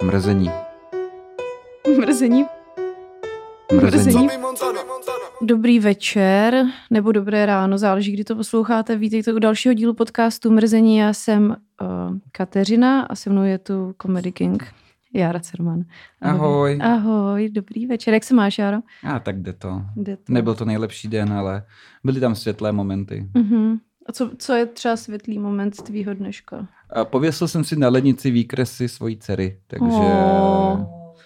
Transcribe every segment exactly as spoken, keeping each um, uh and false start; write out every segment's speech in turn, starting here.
Mrzení. Mrzení. Mrzení. Dobrý večer, nebo dobré ráno, záleží, kdy to posloucháte. Vítejte u dalšího dílu podcastu Mrzení. Já jsem uh, Kateřina a se mnou je tu Comedy King Jára Cerman. Ahoj. Ahoj, dobrý večer. Jak se máš, Járo? A tak jde to. Jde to. Nebyl to nejlepší den, ale byly tam světlé momenty. Uh-huh. A co, co je třeba světlý moment z tvýho dneška? A pověsil jsem si na lednici výkresy svojí dcery, takže... Oh.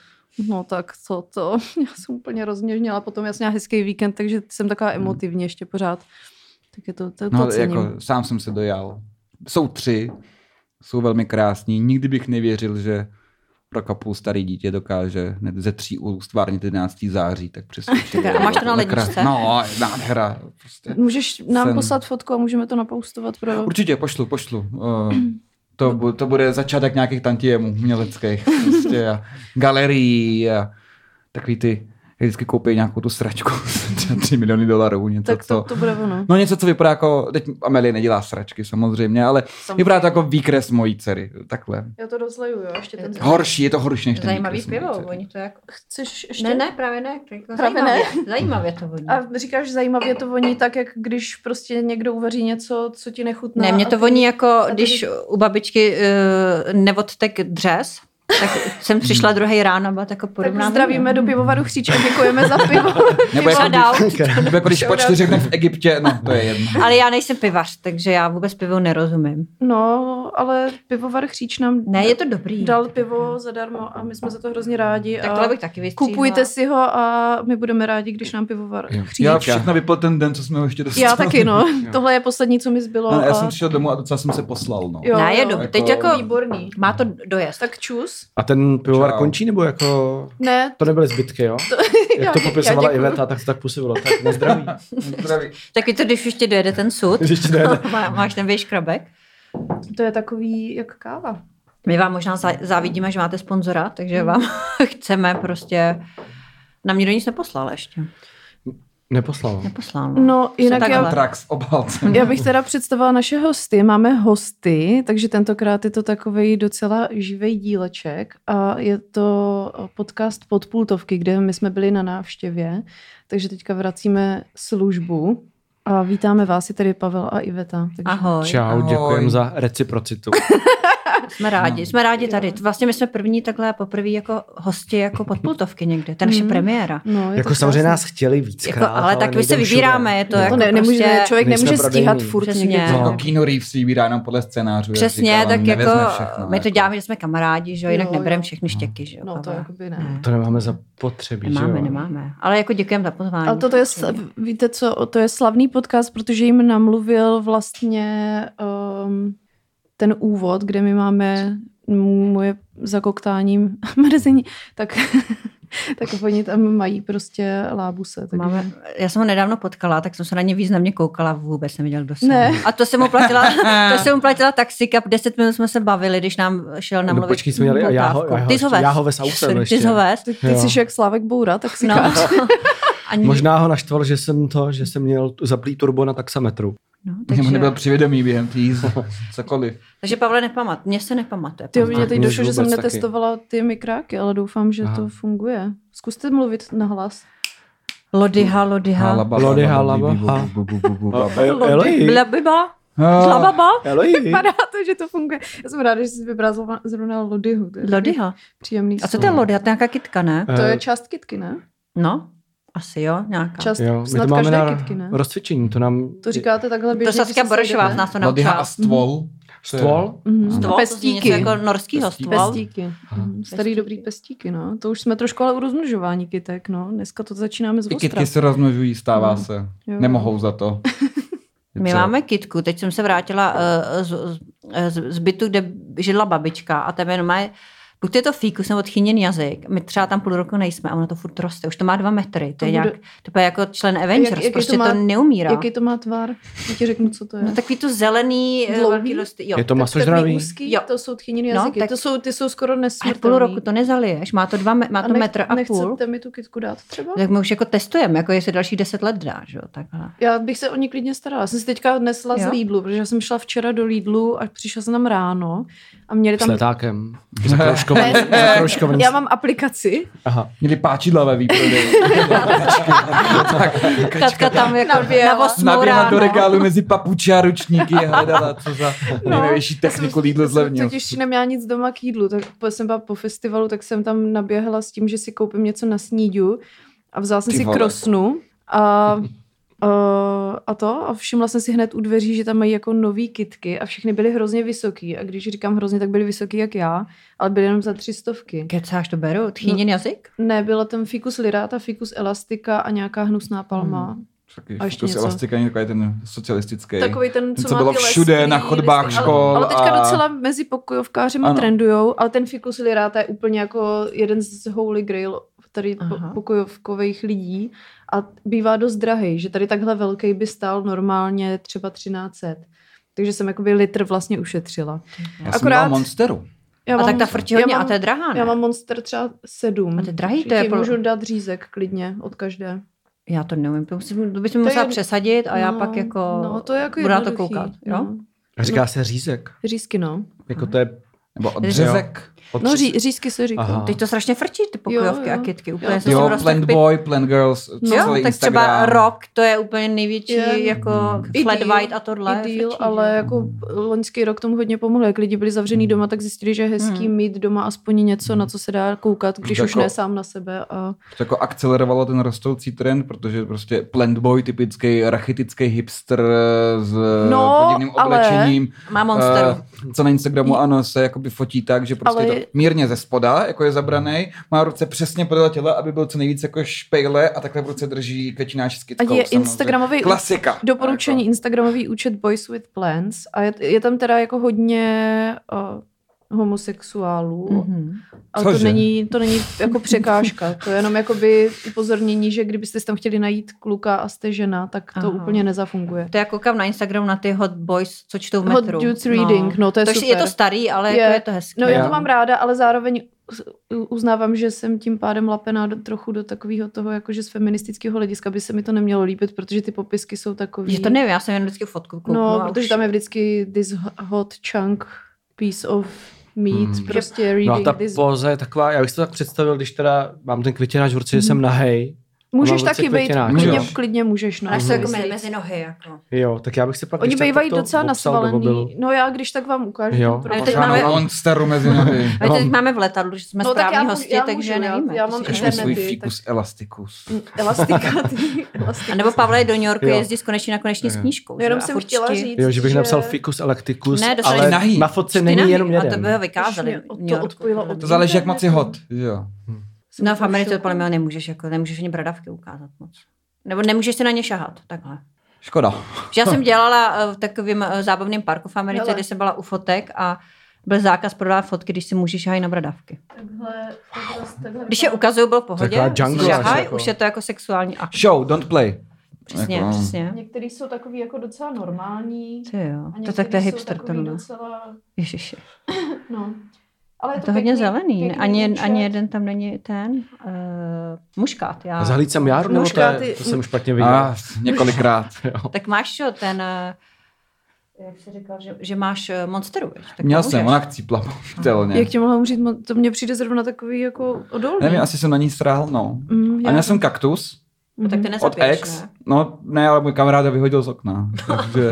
No tak co to? Já jsem úplně rozněžněla, potom já jsem měla hezký víkend, takže jsem taková emotivní ještě pořád. Tak je to, to, to no, cením. jako sám jsem se dojal. Jsou tři, jsou velmi krásní. Nikdy bych nevěřil, že rok a půl starý dítě dokáže ze tří úst stvárnit jedenáctého září, tak přesvědčivě. A máš to na ledničce? No, nádhera. Prostě. Můžeš nám Sen. poslat fotku a můžeme to napoustovat pro... Určitě, pošlu, pošlu. Uh, to, bu, to bude začátek nějakých tantiemů uměleckých. Prostě a galerií a takový ty, vždycky koupí nějakou tu sračku za tři miliony dolarů. Něco, tak to, to bude ono. No něco, co vypadá jako, teď Amelie nedělá sračky samozřejmě, ale samozřejmě. Vypadá to jako výkres mojí dcery. Takhle. Já to rozleju, jo. Ještě ten horší, je to horší než ten zajímavý pivo, oni to jako... Chceš ještě? Ne, ne, právě ne. Jako právě zajímavě, ne. Zajímavě to voní. A říkáš, zajímavě to voní tak, jak když prostě někdo uvaří něco, co ti nechutná. Ne, mě to ty... voní jako, ty... když u babičky uh, neodtek dřez, tak jsem přišla druhý ráno, byla jako podobná. Tak zdravíme do pivovaru Chříč a děkujeme za pivo. Nebo jako, když, nebo jako když po čtyřech dnech v Egyptě, no to je jedno. Ale já nejsem pivař, takže já vůbec pivo nerozumím. No, ale pivovar Chříč nám ne, je to dobrý. dal pivo zadarmo a my jsme za to hrozně rádi. Takhle bych taky vystříhla. Kupujte si ho a my budeme rádi, když nám pivovar Chříč. Já všechno vypil ten den, co jsme ho ještě dostali. Já taky, no. Tohle je poslední, co mi zbylo. No, já a... jsem přišel domů a docela jsem se poslal, no. Jo, ne, je jo, dobrý. jako... Teď jako výborný. Má to dojezd. Tak čus. A ten pivovar Čau. končí, nebo jako... Ne. To nebyly zbytky, jo? To... Jak to popisovala Iveta, tak to tak působilo. Tak na zdraví. Zdraví. Taky to, když ještě dojede ten sud. Ještě dojede. Má, máš ten věškrabek? To je takový jak káva. My vám možná závidíme, že máte sponzora, takže vám chceme prostě... Nám nikdo nic neposlal ještě. Neposlal. Neposlal. No, jinak já, Trax v obálce. já bych teda představila naše hosty. Máme hosty, takže tentokrát je to takovej docela živej díleček a je to podcast Podpultovky, kde my jsme byli na návštěvě, takže teďka vracíme službu a vítáme vás, je tady Pavel a Iveta. Takže... Ahoj. Čau, Ahoj. děkujem za reciprocitu. Jsme rádi, No. jsme rádi tady. Vlastně my jsme první takhle poprvé jako hosti jako Podpultovky někde. To je naše Mm. premiéra. No, je Jako to samozřejmě krásný. nás chtěli víckrát, Jako, ale tak my se nejdem vybíráme, všude. je to No. jako To ne, nemůže, prostě- člověk Nejsme nemůže prodejní. stíhat furt Přesně. někde. No. Jako Keanu Reeves si vybírá jenom podle scénářů. Přesně, jak říkal, tak on jako nevezme všechno, my to jako. děláme, že jsme kamarádi, že jo, jinak Jo, nebereme jo. všechny štěky, že jo. No to Pavel. jakoby ne. To nemáme za potřebí, že Nemáme, jo? nemáme. Ale jako děkujeme za pozvání. Ale toto je, víte co, to je slavný podcast, protože jim namluvil vlastně um, ten úvod, kde my máme moje zakoktáním mrzení, tak, tak oni tam mají prostě lábuse. Takže... Máme, já jsem ho nedávno potkala, tak jsem se na ně významně koukala, vůbec nevěděl, kdo jsem. Ne. A to jsem mu platila, to jsem mu platila taxika, deset minut jsme se bavili, když nám šel No namluvit. počkej, jsme měli a já ho, já ho, Ty jsi ho vez. já ho vez autem ještě. Ty jsi ho vez. Ty, ty Jo. jsi jak Slávek Boura, tak si No. Ani... Možná ho naštval, že jsem to, že jsem měl zaplý turbo na taxametru. No, Takže... takže... nebyl přivědomý během tý cokoliv. takže Pavle nepamat, mně se nepamatuje. Ty, mě teď Mě došlo, že jsem vůbec taky. netestovala ty mikráky, ale doufám, že Aha. to funguje. Zkuste mluvit nahlas. Lodyha, lodyha. Lody, halaba, ha. Eloi. Byla byla? Zla baba? Eloi. Vypadá to, že to funguje. Já jsem ráda, že jsi vybral zrovna- zrovna Lodyhu. To je Lodyha. příjemný A co slovo. to je lodyha? To je nějaká kytka, ne? To je Eh, část kytky, ne? No, asi jo, nějaká. Část Jo, my snad to máme každé na kytky, ne? rozcvičení, to nám... To říkáte takhle běžně, To když Saskia se Borošová sejdete? z nás to Lodyha naučila. a stvol. Stvol? Mhm. Stvol, to Pestíky. je něco jako norskýho Pestíky. stvol. Pestíky. Aha. Mhm. Starý Pestíky. dobrý pestíky, no. To už jsme trošku ale u rozmnožování kytek, no. Dneska to začínáme z I ostra. kytky se rozmnožují, stává Mm. se. Jo. Nemohou za to. My Co? máme kytku, teď jsem se vrátila uh, z, z, z bytu, kde žila babička a tam jenom má, buď je to fíkus nebo tchýněný jazyk, my třeba tam půl roku nejsme a ono to furt roste, už to má dva metry, to To je bude- nějak, to je jako člen Avengers, Jak- jaký prostě to to, má- to neumírá. Jaký to má tvar? Já ti řeknu, co to je. No takový to zelený, eh, Dlouhý? velký rosty, jo. Je to Takový masožravý? úzký, Jo. to jsou tchýněný No, jazyky. tak- To jsou, ty jsou skoro A nesmrtelný. půl roku to nezaliješ, má to, dva, me- má to nech- metr a půl. Nechcete mi tu kytku dát třeba? Tak my už jako testujeme, jako jestli další deset let dá, že jo, takhle. Já bych se o ní klidně starala. Já jsem si teďka nesla Jo? z Lidlu, protože já jsem šla včera do Lidlu a přišla jsem tam ráno a měli S tam... letákem. Za kroužkou. zakroužkovaný. Ne, zakroužkovaný. já mám aplikaci. Aha. Měli páčidla ve výprodeji. Katka tam jako Naběhla. na osmou Naběhla do ráno. regálu mezi papuči a ručníky a hledala, co za nejnovější techniku Lidl zlevnil. Totiž neměla nic doma k jídlu, tak po- jsem byla po festivalu, tak jsem tam naběhla s tím, že si koupím něco na sníďu a vzala jsem Ty si vole. krosnu a, a, a to a všimla jsem si hned u dveří, že tam mají jako nový kytky a všechny byly hrozně vysoký a když říkám hrozně, tak byly vysoký jak já, ale byly jenom za tři stovky. Kecáš, to beru? Tchýněn jazyk? Ne, byla tam ficus lirata, ficus elastica a nějaká hnusná palma. Hmm. Taky A ještě Ficus něco. elastika je takový ten socialistický. Takový ten, co, co má bylo ty všude lesklý na chodbách listy. škol Ale, ale teďka a- docela mezi pokojovkářima Ano. trendujou, ale ten ficus lirata je úplně jako jeden z holy grail tady po, Aha. pokojovkových lidí a bývá dost drahý, že tady takhle velký by stál normálně třeba třináct set. Takže jsem jakoby litr vlastně ušetřila. Já jsem Akorát- měl Monsteru. Já A tak ta frčí hodně, já mám, a to je drahá, ne? Já mám Monster třeba sedm. A to je drahý, to je Ti pol- můžu dát řízek klidně od každé. Já to neumím, to, musím, to bys mi To musela je- přesadit a já no, pak jako no, to je jako budu na to jednoduchý, koukat. Jo? No. Říká se řízek. Řízky, no. Jako to je... Nebo odřezek. od No, tři- ří, řízky se říká. Aha. Teď to strašně frčí, ty pokojovky Jo, a jo. kytky. Jo. Úplně jsem Jo, si prostě Plant pit- Boy, Plant Girls, co Jo, celý tak třeba Instagram. rok, to je úplně největší Je, jako I flat deal, white a tohle. I deal, frčí, ale že? jako loňský rok tomu hodně pomohlo. Jak lidi byli zavřený doma, tak zjistili, že je hezký Hmm. mít doma aspoň něco, na co se dá koukat, když To už jako- ne sám na sebe. A... To jako akcelerovalo ten rostoucí trend, protože prostě Plant Boy, typický rachitický hipster s No, podivným ale- oblečením. Má Monsteru. eh, co na Instagramu, ano, se jakoby fotí tak, že prostě Ale- to mírně ze spoda, jako je zabranej, má ruce přesně podél těla, aby byl co nejvíc jako špejle a takhle v ruce drží květináč s kytkou. A je samozřejmě. Instagramový Klasika. doporučení Jako. Instagramový účet Boys with Plants a je, je tam teda jako hodně uh, homosexuálů. Mhm. Ale to Cože? není, to není jako překážka. To je jenom jakoby upozornění, že kdybyste si tam chtěli najít kluka a jste žena, tak to Aha. úplně nezafunguje. To já koukám na Instagram na ty hot boys, co čtou v Hot metru. Dudes Reading, no to je to super. je to starý, ale Je. jako je to hezký. No já Já- to mám ráda, ale zároveň u- uznávám, že jsem tím pádem lapená do, trochu do takového toho, jakože z feministického hlediska by se mi to nemělo líbit, protože ty popisky jsou takový... Že to nevím, já jsem jen vždycky fotku kouknu. No, a protože už- tam je vždycky this hot chunk piece of meat, Hmm. prostě No a reading ta this. póza je taková, já bych si to tak představil, když teda mám ten květináč v ruce, že jsem nahej. Můžeš mám v ruce taky být, květináč, klidně, jo. klidně můžeš. No. Máš to jako Myslím. me- mezi nohy. Jako. Jo, tak já bych si pak... Oni když tak bývají to docela obsal do mobilu. nasvalený. No já, když tak vám ukážu. Jo. ten profil. Ale teď Já máme- mám Monsteru mezi nohy. Ale teď mám- máme v letadlu, že jsme No, tak správní já můžu- hosti, já takže můžu, já- nevíme. já to mám si Ukaž můžeme. mi svůj internety, fikus elasticus. Mm, Elastika. ty- elastika. A nebo Pavle do New Yorku Jo. jezdí konečně na konečně s Jo. knížkou. že? Jenom A jsem furt chtěla čti- říct, Jo, že bych že- napsal ficus electicus, Ne, dostaneš ale nahý. na fotce čty není nahý, jenom A to jeden. by ho vykázali. Už mě v to New Yorku. odpojilo od To záleží, jak moc je hot. internetu. Jo. Jsem No v Americe šoku. podle mě nemůžeš, jako, nemůžeš ani bradavky ukázat moc. Nebo nemůžeš se na ně šahat, takhle. Škoda. Že já jsem dělala eh, v takovém eh, zábavném parku v Americe, Hele. kde jsem byla u fotek a byl zákaz prodávat fotky, když si muži šahají na bradavky. Takhle, takhle, takhle Když je ukazují, byl v pohodě, Taková jungle šahají, jako. už je to jako sexuální akt. Show, don't play. Přesně, Jako- přesně. Některý jsou takový jako docela normální. Ty jo, A to některý tak to je jsou hipster takový tohle. docela, Ježiši. no. Ale Je to hodně pěkný- zelený, ne? pěkný Ani, účet. ani jeden tam není ten uh, muškát. Já. A zahlíd jsem járu, nebo to, Muškáty- je, to jsem špatně viděl. A, několikrát. Tak máš čo, ten, uh, jak jsi říkal, že, že máš uh, Monsteru, viď? Tak Měl to jsem, můžeš. ona chcípla pochopitelně. Jak tě mohla umřít, mo- to mně přijde zrovna takový jako odolný. Nevím, asi jsem na ní stráhl, no. Mm, A já- měl jsem kaktus No, tak ty od nezapiješ, ex. ne? No, ne, ale můj kamarád ho vyhodil z okna. Takže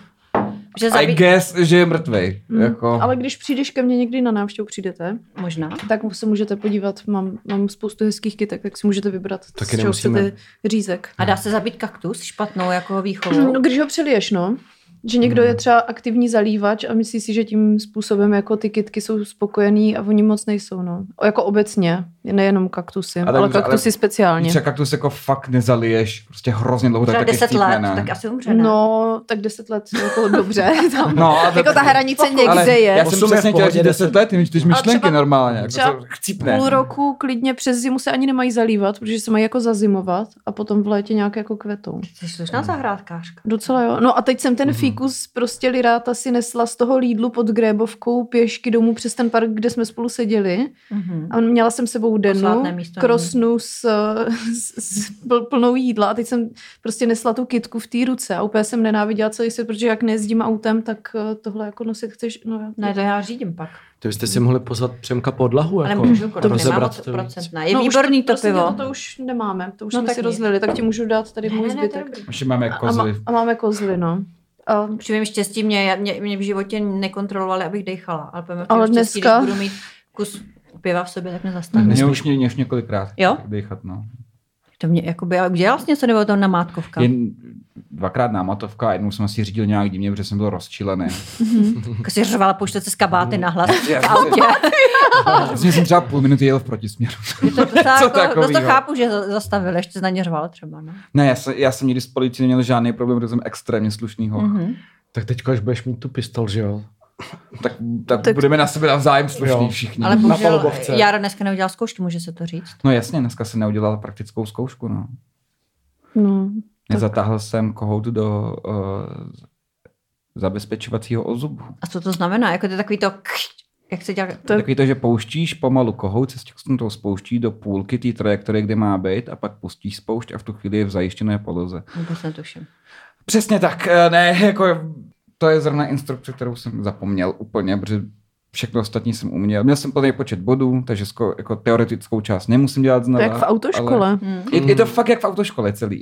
Že I zabít... guess, že je mrtvej. Mm, Jako... Ale když přijdeš ke mně někdy na návštěvu, přijdete, Možná. tak se můžete podívat, mám, mám spoustu hezkých kytek, tak si můžete vybrat, Taky z čeho nemusíme. chcete řízek. A dá se zabít kaktus špatnou jako výchovou? No, když ho přeliješ, no. Že někdo je třeba aktivní zalívač a myslí si, že tím způsobem jako ty kytky jsou spokojený a oni moc nejsou, no. O, jako obecně, nejenom kaktusy, tak ale dobře, kaktusy ale- speciálně. Třeba kaktus jako fakt nezaliješ prostě hrozně dlouho, tak Třeba taky deset vtipné, let, ne? tak asi umře, ne? No, tak deset let jako dobře. Tam. No, a to- Jako ta hranice někde ale je. já jsem Osm je v přesně chtěl pohodě, říct deset let, ty mi čteš myšlenky třeba- normálně, jako třeba to chcípne. Půl roku klidně přes zimu se ani nemají zalívat, protože se mají jako zazimovat a potom v létě nějak jako kvetou. Jsi slušná zahrádkářka. Docela jo. No a teď jsem ten fíkus kus prostě liráta si nesla z toho Lidlu pod Grébovkou pěšky domů přes ten park, kde jsme spolu seděli. Mm-hmm. A měla jsem sebou denu, krosnu s, s, s plnou jídla a teď jsem prostě nesla tu kytku v té ruce a úplně jsem nenáviděla celý svět, protože jak nejezdím autem, tak tohle jako nosit chceš. No, ne, to já řídím pak. To byste si mohli pozvat Přemka Podlahu. Ale jako, můžu, to nemám to procent. Ne. Je no, výborný to, to pivo. To, to už nemáme, to už no, jsme si rozlili, tak ti můžu dát tady můj zbytek. Ještě máme kozly. A, a máme kozly, no. A... Při mým štěstí mě, mě, mě v životě nekontrolovali, abych dejchala. Ale povím, ale štěstí, dneska... když budu mít kus piva v sobě, tak nezastavím. Mě už, mě už několikrát jo? dejchat, no. To mě, jakoby, ale dělal jsi něco, nebo to namátkovka? Jen dvakrát námatovka a jednou jsem si řídil nějak divně, protože jsem byl rozčilený. Jako si řvala, pouštěl se z kabáty na hlas v autě. Vlastně jsem třeba půl minuty jel v protisměru. Je to docela, jako, dost to chápu, že zastavil, ještě na ně řval třeba. No? Ne, já jsem, já jsem nikdy s policií neměl žádný problém, protože jsem extrémně slušný hoch. Mm-hmm. Tak teďko, až budeš mít tu pistol, že jo? Tak, tak, tak budeme na sebe navzájem slušní všichni. Ale bohužel, Jára dneska neudělal zkoušku, může se to říct? No jasně, dneska jsem neudělal praktickou zkoušku, no. No. Nezatáhl jsem kohout do uh, zabezpečovacího ozubu. A co to znamená? Jako to je takový to... Jak se dělá? To je takový to, že pouštíš pomalu kohout, se s tou spouští do půlky té trajektorie, kde má být, a pak pustíš spoušť a v tu chvíli je v zajištěné poloze. Vůbec netuším. Přesně tak. Ne, jako to je zrovna instrukce, kterou jsem zapomněl úplně, protože všechno ostatní jsem uměl. Měl jsem plný počet bodů, takže sko, jako teoretickou část nemusím dělat znova. Jak v autoškole. Ale je, je to fakt jak v autoškole celý.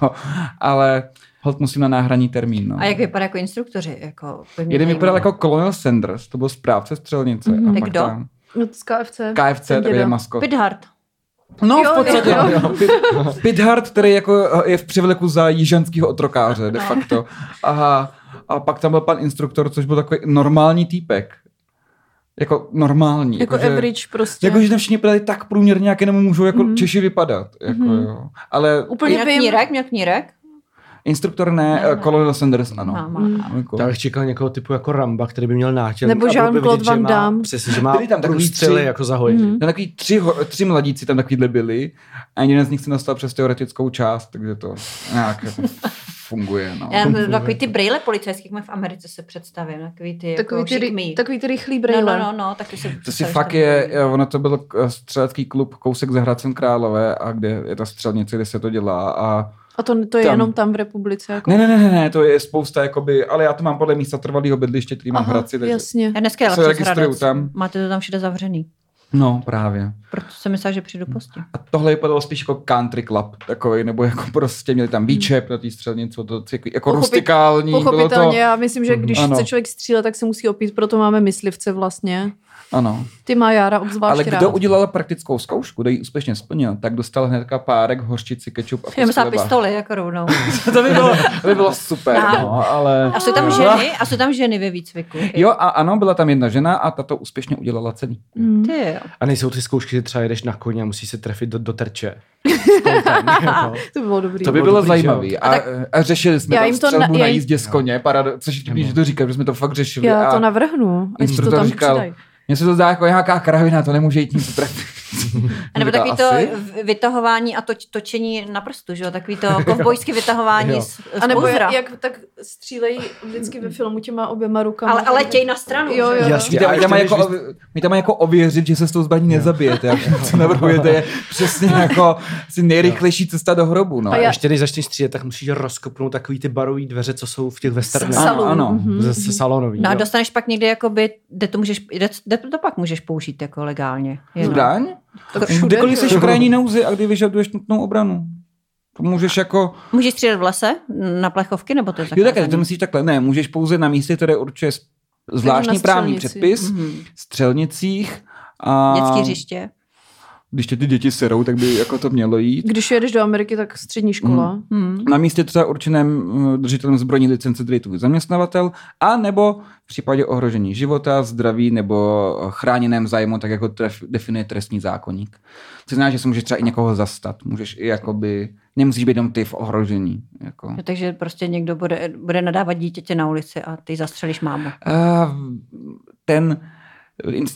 Ale holt musím na náhraní termín. No. A jak vypadá jako instruktoři? Jako jeden vypadal jako Colonel Sanders, to byl správce střelnice. Mm-hmm. A tak pak kdo? Tam... No z K F C. K F C, to je maskot. Pithard. No, jo, v podstatě. jo, jo. Pithard, který jako je v převleku za jižanského otrokáře, de facto. Aha. A pak tam byl pan instruktor, což byl takový normální týpek. Jako normální. Jako, jako average že, prostě. Jako, že tam všichni byli tak průměrně, jak jenom můžou jako mm. Češi vypadat. Jako, mm. jo. Ale... Úplně měl knírek, měl knírek? Instruktor ne, ne, ne. Colonel Sanders ano. No, mm. jako. Já bych čekal někoho typu jako Ramba, který by měl nátěl. Nebo Jean-Claude Van Damme. Přesně, že má průstřely jako za hoj. Mm. Tam takový tři, tři mladíci tam takovýhle byli a jeden z nich se dostal přes teoretickou část, takže to nějak jako funguje. No. Já takový ty brejle policajských v Americe se představím, takový ty takový jako ty, šikmý. Takový ty rychlý brejle. No, no, no, taky se to si fakt je, ono to byl střelecký klub kousek za Hradcem Králové a kde je ta střelnice, kde se to dělá a A to, to je tam. Jenom tam v republice? Jako... Ne, ne, ne, ne, to je spousta, jakoby, ale já to mám podle místa trvalého bydliště, který mám v Hradci. Takže jasně. Já dneska se registruju tam. Máte to tam všude zavřený. No, právě. Proto jsem myslela, že přijdu pozdě. A tohle vypadalo spíš jako country club takový, nebo jako prostě měli tam výčep na té střelnici, to jako, jako Pochopit, rustikální. Pochopitelně, bylo to... já myslím, že když ano. chce člověk střílet, tak se musí opít, proto máme myslivce vlastně. Ano. Ty má Jára obzvlášť Ale rád. kdo udělal praktickou zkoušku, kdo ji úspěšně splnil, tak dostal hnedka párek, hořčici, kečup a já myslela pistoli jako rovnou. To by bylo, to by bylo super, no, ale... A jsou tam ženy? A jsou tam ženy ve výcviku? Jo, a ano, byla tam jedna žena a ta to úspěšně udělala celý. Mm. Ty jo. A nejsou ty zkoušky, že třeba jedeš na koni a musí se trefit do, do terče. Kontem, jako. To by bylo dobrý. To by bylo zajímavý. A, a, a řešili jsme tam střelbu na jízdě z koně, parado, což vtipný, že to říkám, že jsme to fakt řešili. Já a to navrhnu. Instruktor to tam říkal, přidají. Mně se to zdá jako nějaká kravina, to nemůže jít nic trefit. A nebo takový to vytahování a toč, točení na prstu, že jo? Takový to kovbojské vytahování z, z a nebo pouzra. jak, jak tak střílejí vždycky ve filmu těma oběma rukama. Ale, ale těj na stranu. Jo, jo. Jasně, my, tam jako, my tam jako ověřit, že se s tou zbraní nezabijete. Jak co navrhujete, je přesně jako asi nejrychlejší cesta do hrobu. No. A já... ještě než začneš střílet, tak musíš rozkopnout takový ty barový dveře, co jsou v těch westernech. Ano, ano. Ze salonový. No a dostaneš pak někde jakoby, kde to můžeš, kde to pak můžeš použít jako legálně. Zbraň? Kdykoliv jsi v krajní nouzi a kdy vyžaduješ nutnou obranu. To můžeš jako... Můžeš střílet v lese na plechovky, nebo to je zakázané? Jo, takhle, to myslíš takhle. Ne, můžeš pouze na místě, které určuje zvláštní právní předpis, mm-hmm. střelnicích a... Dětský hřiště. Když tě ty děti serou, tak by jako to mělo jít. Když jedeš do Ameriky, tak střední škola. Mm. Na místě třeba určeném držitelem zbrojní licence, který je tvůj zaměstnavatel, a nebo v případě ohrožení života, zdraví nebo chráněném zájmu, tak jako tref, definuje trestní zákoník. To znamená, že se můžeš třeba i někoho zastat. Můžeš i jakoby, nemusíš být jenom ty v ohrožení. Jako. No, takže prostě někdo bude, bude nadávat dítěte na ulici a ty zastřelíš mámu. Uh, ten institut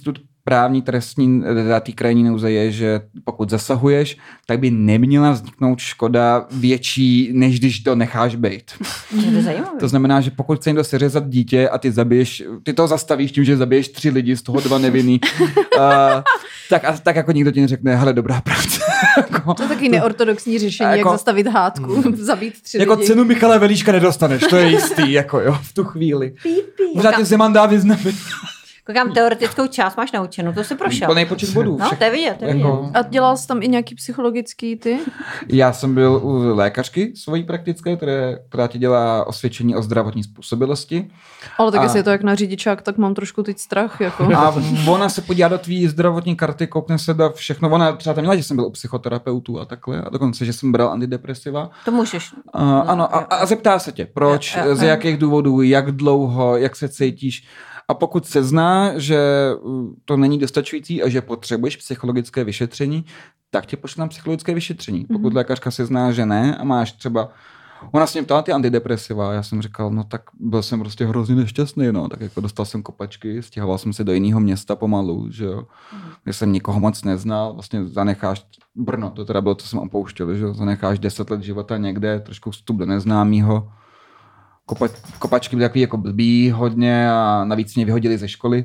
právní trestní té krajní nouze je, že pokud zasahuješ, tak by neměla vzniknout škoda větší, než když to necháš bejt. To, to znamená, že pokud chce někdo seřezat dítě a ty zabiješ, ty to zastavíš tím, že zabiješ tři lidi, z toho dva nevinný, uh, tak, a, tak jako nikdo ti neřekne, hele, dobrá práce. jako, to je taky neortodoxní řešení, jako, jak zastavit hádku, mm. zabít tři jako lidi. Jako cenu Michala Velíška nedostaneš, to je jistý, jako jo, v tu chvíli. Možná tě Zeman dá vyznamit. Koukám, teoretickou část máš naučenou, to si prošel. Plný počet bodů. No, to je vidět, to je vidět. Jako... A dělal jsi tam i nějaký psychologický ty? Já jsem byl u lékařky svojí praktické, které, která ti dělá osvědčení o zdravotní způsobilosti. Ale tak a... jestli je to jak na řidičák, tak mám trošku teď strach. Jako. A ona se podívá do tvý zdravotní karty, koukne se do všechno. Ona třeba tam měla, že jsem byl u psychoterapeutů a takhle, a dokonce, že jsem bral antidepresiva. To můžeš. A, no, ano, a, a zeptá se tě, proč, ja, ja, z jakých důvodů, jak dlouho, jak se cítíš. A pokud se zná, že to není dostačující a že potřebuješ psychologické vyšetření, tak tě pošle na psychologické vyšetření. Pokud mm-hmm. lékařka se zná, že ne a máš třeba... Ona se mě ptala ty antidepresiva, já jsem říkal, no tak byl jsem prostě hrozně nešťastný, no, tak jako dostal jsem kopačky, stěhoval jsem se do jiného města pomalu, že jo, kde jsem nikoho moc neznal, vlastně zanecháš Brno, to teda bylo, co jsem opouštěl, že jo, zanecháš deset let života někde, trošku vstup do neznámýho. Kopa, kopačky byly takový jako blbý hodně a navíc mě vyhodili ze školy.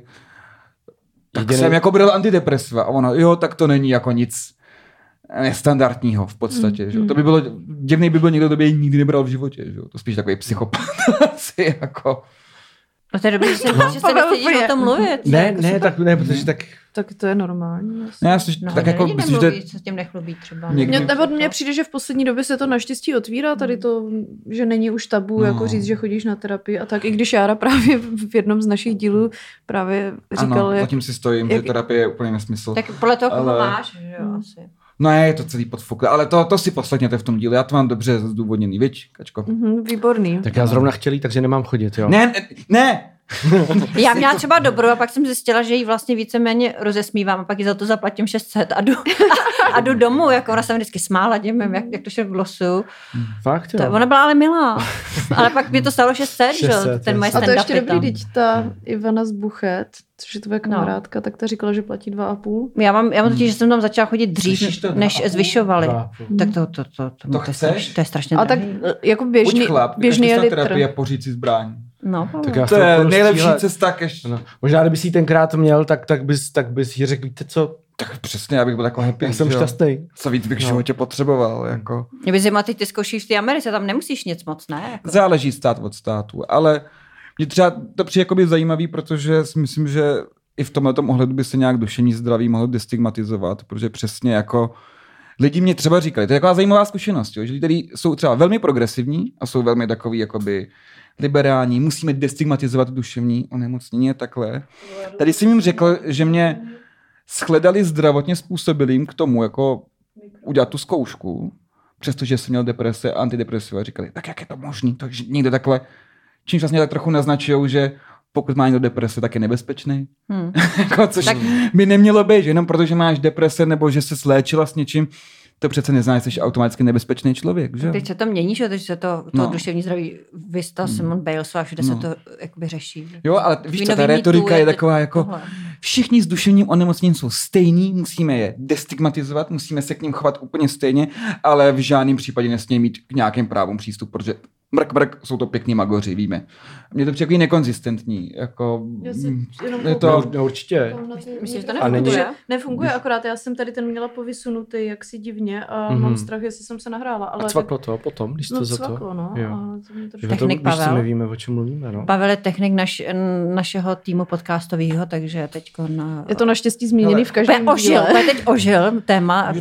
Tak Jediný... jsem jako bral antidepresiva a ono, jo, tak to není jako nic nestandardního v podstatě. Mm, že? Mm. To by bylo, divný by byl někdo, kdo by jej nikdy nebral v životě. Že? To spíš takový psychopat. Asi jako... No to je dobrý, že se, že se nechceš o tom mluvit. Ne, jako ne, tak, ne, protože tak... Tak to je normální. Ne, já si, no, tak jako myslím, že se s tím nechlubí třeba. Někdy... Nebo mně přijde, že v poslední době se to naštěstí otvírá, tady to, že není už tabu, no. jako říct, že chodíš na terapii a tak. I když Jára právě v jednom z našich dílů právě říkal... Ano, jak... zatím si stojím, jak... že terapie je úplně nesmysl. Tak podle toho, koho ale... máš, že jo, asi. No je to celý podfuk, ale to, to si poslechněte v tom díle, já to mám dobře zdůvodněný, viď, Kačko? Mm-hmm, výborný. Tak já zrovna chtěl jít, takže nemám chodit, jo? Ne, ne, ne! Já měla třeba dobrou a pak jsem zjistila, že ji vlastně víceméně rozesmívám a pak ji za to zaplatím šest set a jdu, a, a jdu domů, jako ona se mi vždycky smála, děmem, jak, jak to šel v losu. Fakt, jo? To, ona byla ale milá, ale pak mě to stalo šest set, že ten moje stand-up. A to ještě dobrý, tam. teď ta Ivana z Buchet, což je tvoje kamarádka, no. tak ta říkala, že platí dva a půl. Já mám, já mám totiž, že jsem tam začala chodit dřív, než zvyšovali. Tak to, to, to, to, to, to, je, strašně, to je strašně a tak jako běžný, Buď chlap, běžný je litr. Terapie a poříct si zbraň. No, tak já to je nejlepší cesta. Kež... No. Možná, kdyby jsi tenkrát měl, tak, tak bys, tak bys jí řekl, víte co? Tak přesně, já bych byl jako happy. Já jsem šťastný. Co víc bych v no. životě potřeboval. Jako. Mě by zajímalo, teď ty zkoušíš v té Americe, tam nemusíš nic moc, ne? Jako... Záleží stát od státu, ale mě třeba to přijde jakoby zajímavý, protože si myslím, že i v tomhletom ohledu by se nějak duševní zdraví mohlo destigmatizovat, protože přesně jako lidi mě třeba říkali, to je taková zajímavá zkušenost, jo, že lidi jsou třeba velmi progresivní a jsou velmi takový jakoby liberální, musíme destigmatizovat duševní onemocnění a takhle. Tady jsem jim řekl, že mě shledali zdravotně způsobilým k tomu, jako udělat tu zkoušku, přestože jsem měl deprese a antidepresiva. Říkali, tak jak je to možný? To, že někdo takhle, čímž vlastně tak trochu naznačujou, že pokud má někdo deprese, tak je nebezpečný. Hmm. Což tak... by nemělo být, že jenom protože máš deprese nebo že se sléčila s něčím, to přece neznamená, že jsi automaticky nebezpečný člověk, že? Teď se to mění, že? Teď se to, to no. duševní zdraví Vista, hmm. Simon Bales a všude no. se to jakoby řeší. Jo, ale víš co, ta retorika je, je taková jako tohle. Všichni s duševním onemocněním jsou stejní, musíme je destigmatizovat, musíme se k ním chovat úplně stejně, ale v žádném případě nesmí mít k nějakým právům přístup, protože mrk, mrk, jsou to pěkný magoři, víme. Mně to přijde nekonzistentní. Jako, je to... No, určitě. Myslím, že to nefunguje. Nefunguje, nefunguje akorát, já jsem tady ten měla povysunutý jaksi divně a mm-hmm. mám strach, jestli jsem se nahrála. Ale a cvaklo tak... to potom, když to no, za cvaklo, to? No, jo. trošku... Technik Pavel. Víš, co nevíme, o čem mluvíme, no? Pavel je technik naš, našeho týmu podcastového, takže teďko na... Je to naštěstí zmíněný ale... v každém ožil, teď ožil téma.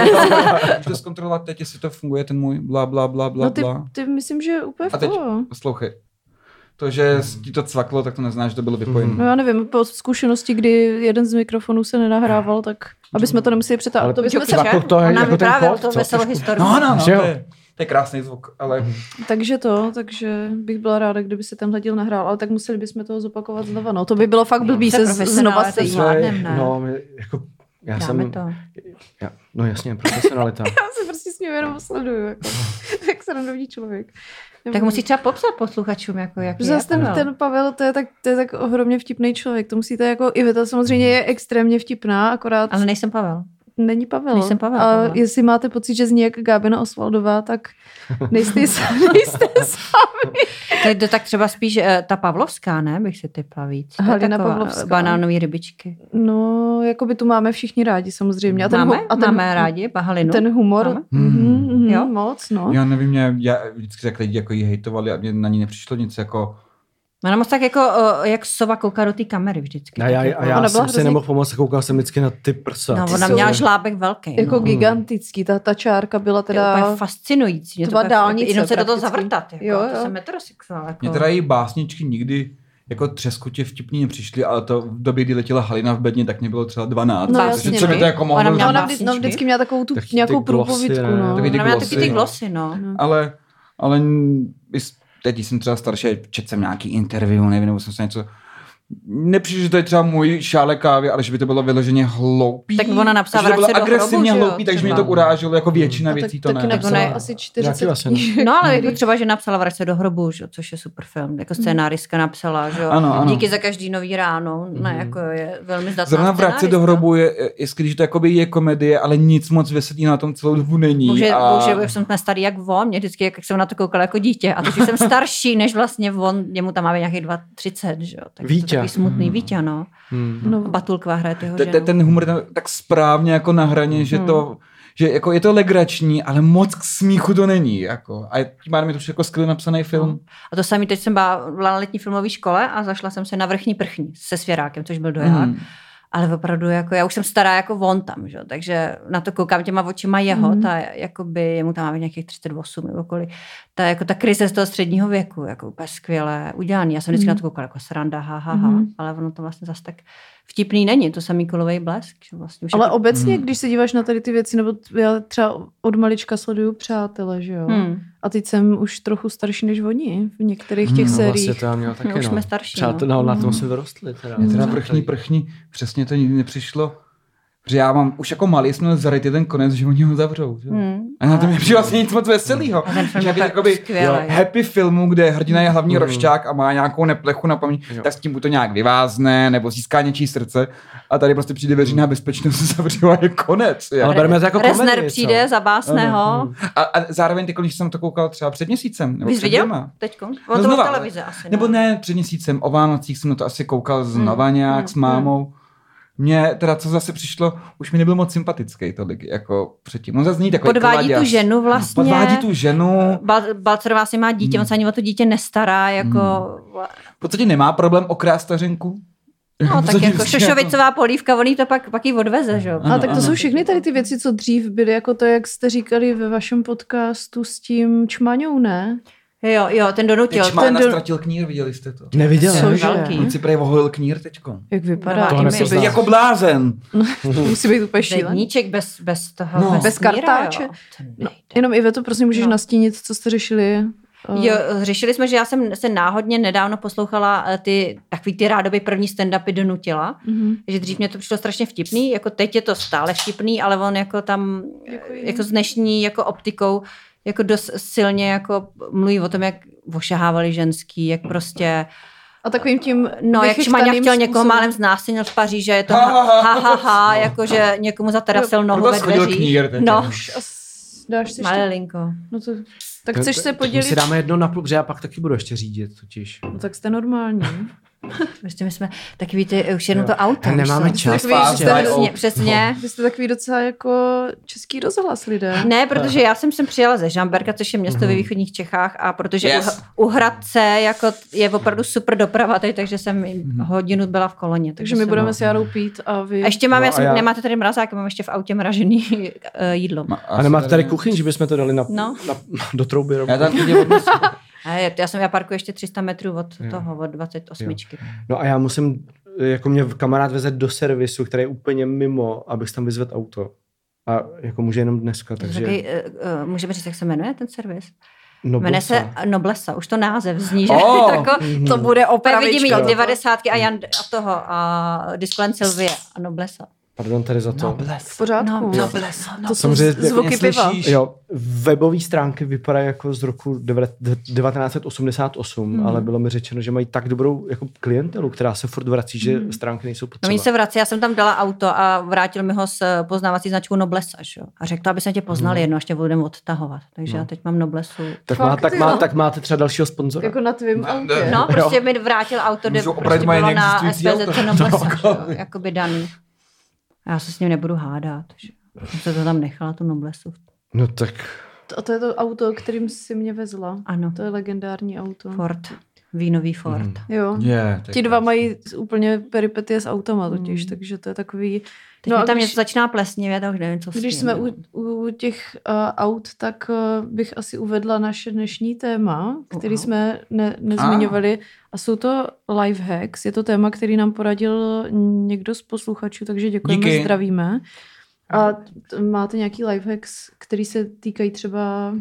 Můžete zkontrolovat teď, jestli to funguje, ten můj bla, bla, bla, bla, no ty, bla. ty myslím, že úplně v a teď poslouchej. To, že ti to cvaklo, tak to neznamená, že to bylo vypojené. No já nevím, po zkušenosti, kdy jeden z mikrofonů se nenahrával, tak aby jsme to nemuseli přetáhnout. To bychom se cvaklo to je jako ten kód, to veselou historii. No, no, no, to je, to je krásný zvuk, ale... Takže to, takže bych byla ráda, kdyby se tenhle díl nahrál, ale tak museli bychom toho zopakovat znova. No, to by bylo fakt blbý se znova sejít. No, jako... Já Dáme jsem, to. Já, No jasně, profesionalita. Já se prostě s ním jenom sleduju, jako, jak se rodový člověk. Tak musí třeba popsat posluchačům, jako jak Zase ten, ten Pavel, to je, tak, to je tak ohromně vtipný člověk. To musíte jako, Iveta samozřejmě je extrémně vtipná, akorát... Ale nejsem Pavel. Není Pavel. Nejsem Pavel. A Pavel. jestli máte pocit, že zní jak Gábina Osvaldová, tak nejste, nejste sami. To je to tak třeba spíš ta Pavlovská, ne? Bych se typla víc. Halina Pavlovská. Banánový rybičky. No, jako by tu máme všichni rádi samozřejmě. A ten, máme? a ten, máme rádi Halinu? Ten humor. Mm, mm, jo? Moc, no. Já nevím, mě, já vždycky tak lidi jako jí hejtovali a mě na ní nepřišlo nic jako... Ona moc tak jako, jak sova kouká do té kamery vždycky. A já, jako, a já jsem hrozně... si nemohl pomoct, koukal jsem vždycky na ty prsa. No, ty ona jsou... měla žlábek velký. Jako no. gigantický. Ta, ta čárka byla teda... Je úplně fascinující. To byla dálnice Jenom se do toho prakticky. zavrtat. Jako, Jo, jo. To jsem metrosexuál. Jako. Mě teda její básničky nikdy jako třeskutě vtipní nepřišly, ale to v době, kdy letěla Halina v bedně, tak mě bylo třeba dvanáct. No, takže jasně, co mi to no. jako mohlo... Ona měla Ona říct. vždy, no, vždycky měla takovou tu Taky ty nějakou glosy, průpovídku. ne? No. Taky ty Ona měla glosy, taky ty no. glosy, no. No. Ale, ale teď když jsem třeba starší, četl jsem nějaký interview, nevím, nebo jsem se něco... Nepřišlo, že to je třeba můj šálek kávy, ale že by to bylo vyloženě hloupý. Tak ona napsala že to bylo Vrať se do agresivně hrobu, že jo, hloupý, takže mě třeba. to uráželo jako většina A tak, věcí, to taky ne. napsala ne. asi Jaký čtyřicet vlastně? knížek. No, ale jako třeba, že napsala Vrať se do hrobu, že, což je super film. Jako scénáristka napsala, že jo. Ano, ano. Díky za každý nový ráno. Ne, jako je velmi zdatná Zrovna Vrať se do hrobu je, je, když to jakoby je komedie, ale nic moc veselý na tom celou dobu není. Bože, a... bože, jak jsem starý jak on, mě vždycky, jak jsem na to koukala jako dítě. A teď už jsem starší, než vlastně on, němu tam má nějakých dva třicet, že jo. Tak Vítě. to takový smutný Vítě, no. Hmm. No, Batulková hraje jeho Ten, ženu. ten, ten humor je tak správně jako na hraně, že to, že jako je to legrační, ale moc k smíchu to není. Jako. A tím pádem je to jako skvěle napsaný film. A to samý, teď jsem byla na letní filmové škole a zašla jsem se na Vrchní prchní se Svěrákem, což byl doják. Mm. Ale opravdu, jako já už jsem stará jako on tam, že? Takže na to koukám těma očima jeho, Mm. ta, jakoby, jemu tam máme nějakých třicet osm nebo kolik, ta, jako ta krize z toho středního věku, jako úplně skvěle udělaný. Já jsem vždycky Mm. na to koukala jako sranda, ha, ha, ha, Mm. ale ono to vlastně zase tak vtipný není, to samý Kulovej blesk. Že vlastně už ale jako... obecně, Hmm. když se díváš na tady ty věci, nebo t- já třeba od malička sleduju Přátele, že jo? Hmm. A teď jsem už trochu starší než oni v některých těch Hmm, No, sériích. vlastně to já měl taky, už no. jsme starší, Přátel, no. no. Na tom jsme vyrostli. Teda. Mě teda Vrchní prchní, přesně to nikdy nepřišlo. Protože já mám, už jako malý jsme měl zarytý ten konec, že oni ho zavřou. Že? Hmm. A na to mě přijde vlastně nic moc veselýho. A ten film Že je jak tak jakoby skvělej. happy filmu, kde hrdina je hlavní Mm. rošťák a má nějakou neplechu na paměť, Jo. tak s tím buď to nějak vyvázne, nebo získá něčí srdce. A tady prostě přijde veřejná bezpečnost, se zavřela je konec. Ale bereme to jako Resner komedii, přijde co? za básného. A, a zároveň ty, když jsem to koukal třeba před měsícem, nebo Vy jsi před viděl? dvěma. Teďko? On No to znova. byl televize asi. Nebo no. ne, před měsícem, o Vánocích jsem na to asi koukal znova nějak mm, s mámou. Mně teda, co zase přišlo, už mi nebyl moc sympatický tolik, jako předtím. On zase zní takový Podvádí kladěz. tu ženu vlastně. Podvádí tu ženu. Bal, Balcerová si má dítě, Hmm. on se ani o to dítě nestará, jako... V podstatě nemá problém okrást stařenku. No, V tak podstatě jako prostě šošovicová polívka, on jí to pak, pak jí odveze, že jo? Ano, A tak to ano. jsou všechny tady ty věci, co dřív byly, jako to, jak jste říkali ve vašem podcastu s tím Čmaňou, ne? Jo, jo, ten donutil. Teď Čmána ten do- ztratil knír, viděli jste to? Neviděl. Cože? neviděl. Velký. On si prej oholil knír teďko. Jak vypadá? To To hned musí být, Jako blázen. musí být úplně šílený. Zedníček bez, bez toho, No. bez, Bez kníra, kartáče. jo. To nejde. No, jenom Iveto, prosím, můžeš No. nastínit, co jste řešili? Uh, Jo, řešili jsme, že já jsem se náhodně nedávno poslouchala eh, ty takový ty rádoby první stand-upy donutila, mhm. že dřív mě to přišlo strašně vtipný, jako teď je to stále vtipný, ale on jako tam, Děkuji. jako s dnešní jako optikou, jako dost silně jako mluví o tom, jak ošahávali ženský, jak prostě, A takovým tím no jak Šmaňa vychechtaným chtěl někoho způsobem. málem znásilnit v Paříži, je to ha, ha, ha, ha jako že někomu zaterasil nohu Proto ve schodil dveřích. knír teď. No, Už as- dáš si malé ještě... linko. No to... Tak No, chceš tak- se tak podělit? My si dáme jedno na půl, protože já pak taky budu ještě řídit totiž. No tak jste normální. Prostě my jsme takový ty, už jenom Jo. to auto. A nemáme už čas. Takový, že jste, Fáze. Přesně, přesně. vy jste takový docela jako český rozhlas lidé. Ne, protože já jsem sem přijela ze Žamberka, což je město ve východních Čechách, a protože Yes. yes. u, u Hradce jako je opravdu super doprava, tady, takže jsem hodinu byla v koloně. Takže my jsem- budeme s Jarou pít a vy... A ještě mám, No já a jsem, já- nemáte tady mrazák, mám ještě v autě mražený uh, jídlo. Ma- A nemáte tady kuchyň, že bychom to dali na, No. na, do trouby? Já tam klidně odnesu. A je- já jsem, já parkuji ještě tři sta metrů od Jo. toho, od dvacet osm. No a já musím, jako mě kamarád veze do servisu, který je úplně mimo, abych tam vyzvedl auto. A jako může jenom dneska, takže... Taky, uh, uh, můžeme říct, jak se jmenuje ten servis? No, Jmenuje se Noblesa, už to název zní, že Oh. jako, To bude Úplně vidím opravička. jí devadesátky a Jan a toho a Discland Sylvie a Noblesa. Pardon tady za to. Nobles. V pořádku. No, Nobles. To jsou Samozřejmě zvuky piva. Jo, webové stránky vypadají jako z roku devatenáct set osmdesát osm, hmm. ale bylo mi řečeno, že mají tak dobrou jako klientelu, která se furt vrací, že hmm. stránky nejsou potřeba. No, mi se vrací, já jsem tam dala auto a vrátil mi ho s poznávací značkou Noblesa, jo. A řekla, aby jsme tě poznali hmm. jedno, až tě budeme odtahovat. Takže no. já teď mám Noblesu. Tak, má, tak, má, tak máte třeba dalšího sponzora. Jako na tvým autě. No, prostě jo. mi vrátil auto, kde prostě bylo na S P Z C Noblesa, jakoby daný. Já se s ním nebudu hádat. Že? Já se to tam nechala, tu Noblesu. No tak... A to je to auto, kterým jsi mě vezla. Ano. To je legendární auto. Ford. Vínový Ford. Mm. Jo. Yeah, Ti dva mají úplně peripetie s autama totiž, mm. takže to je takový... Teď no tam když, něco začíná plesnivě, tak už nevím, co s tím. Když jsme u, u těch uh, aut, tak uh, bych asi uvedla naše dnešní téma, který uh, jsme ne, nezmiňovali. Ah. A jsou to life hacks. Je to téma, který nám poradil někdo z posluchačů, takže děkujeme, Díky. zdravíme. A t- máte nějaký lifehacks, který se týkají třeba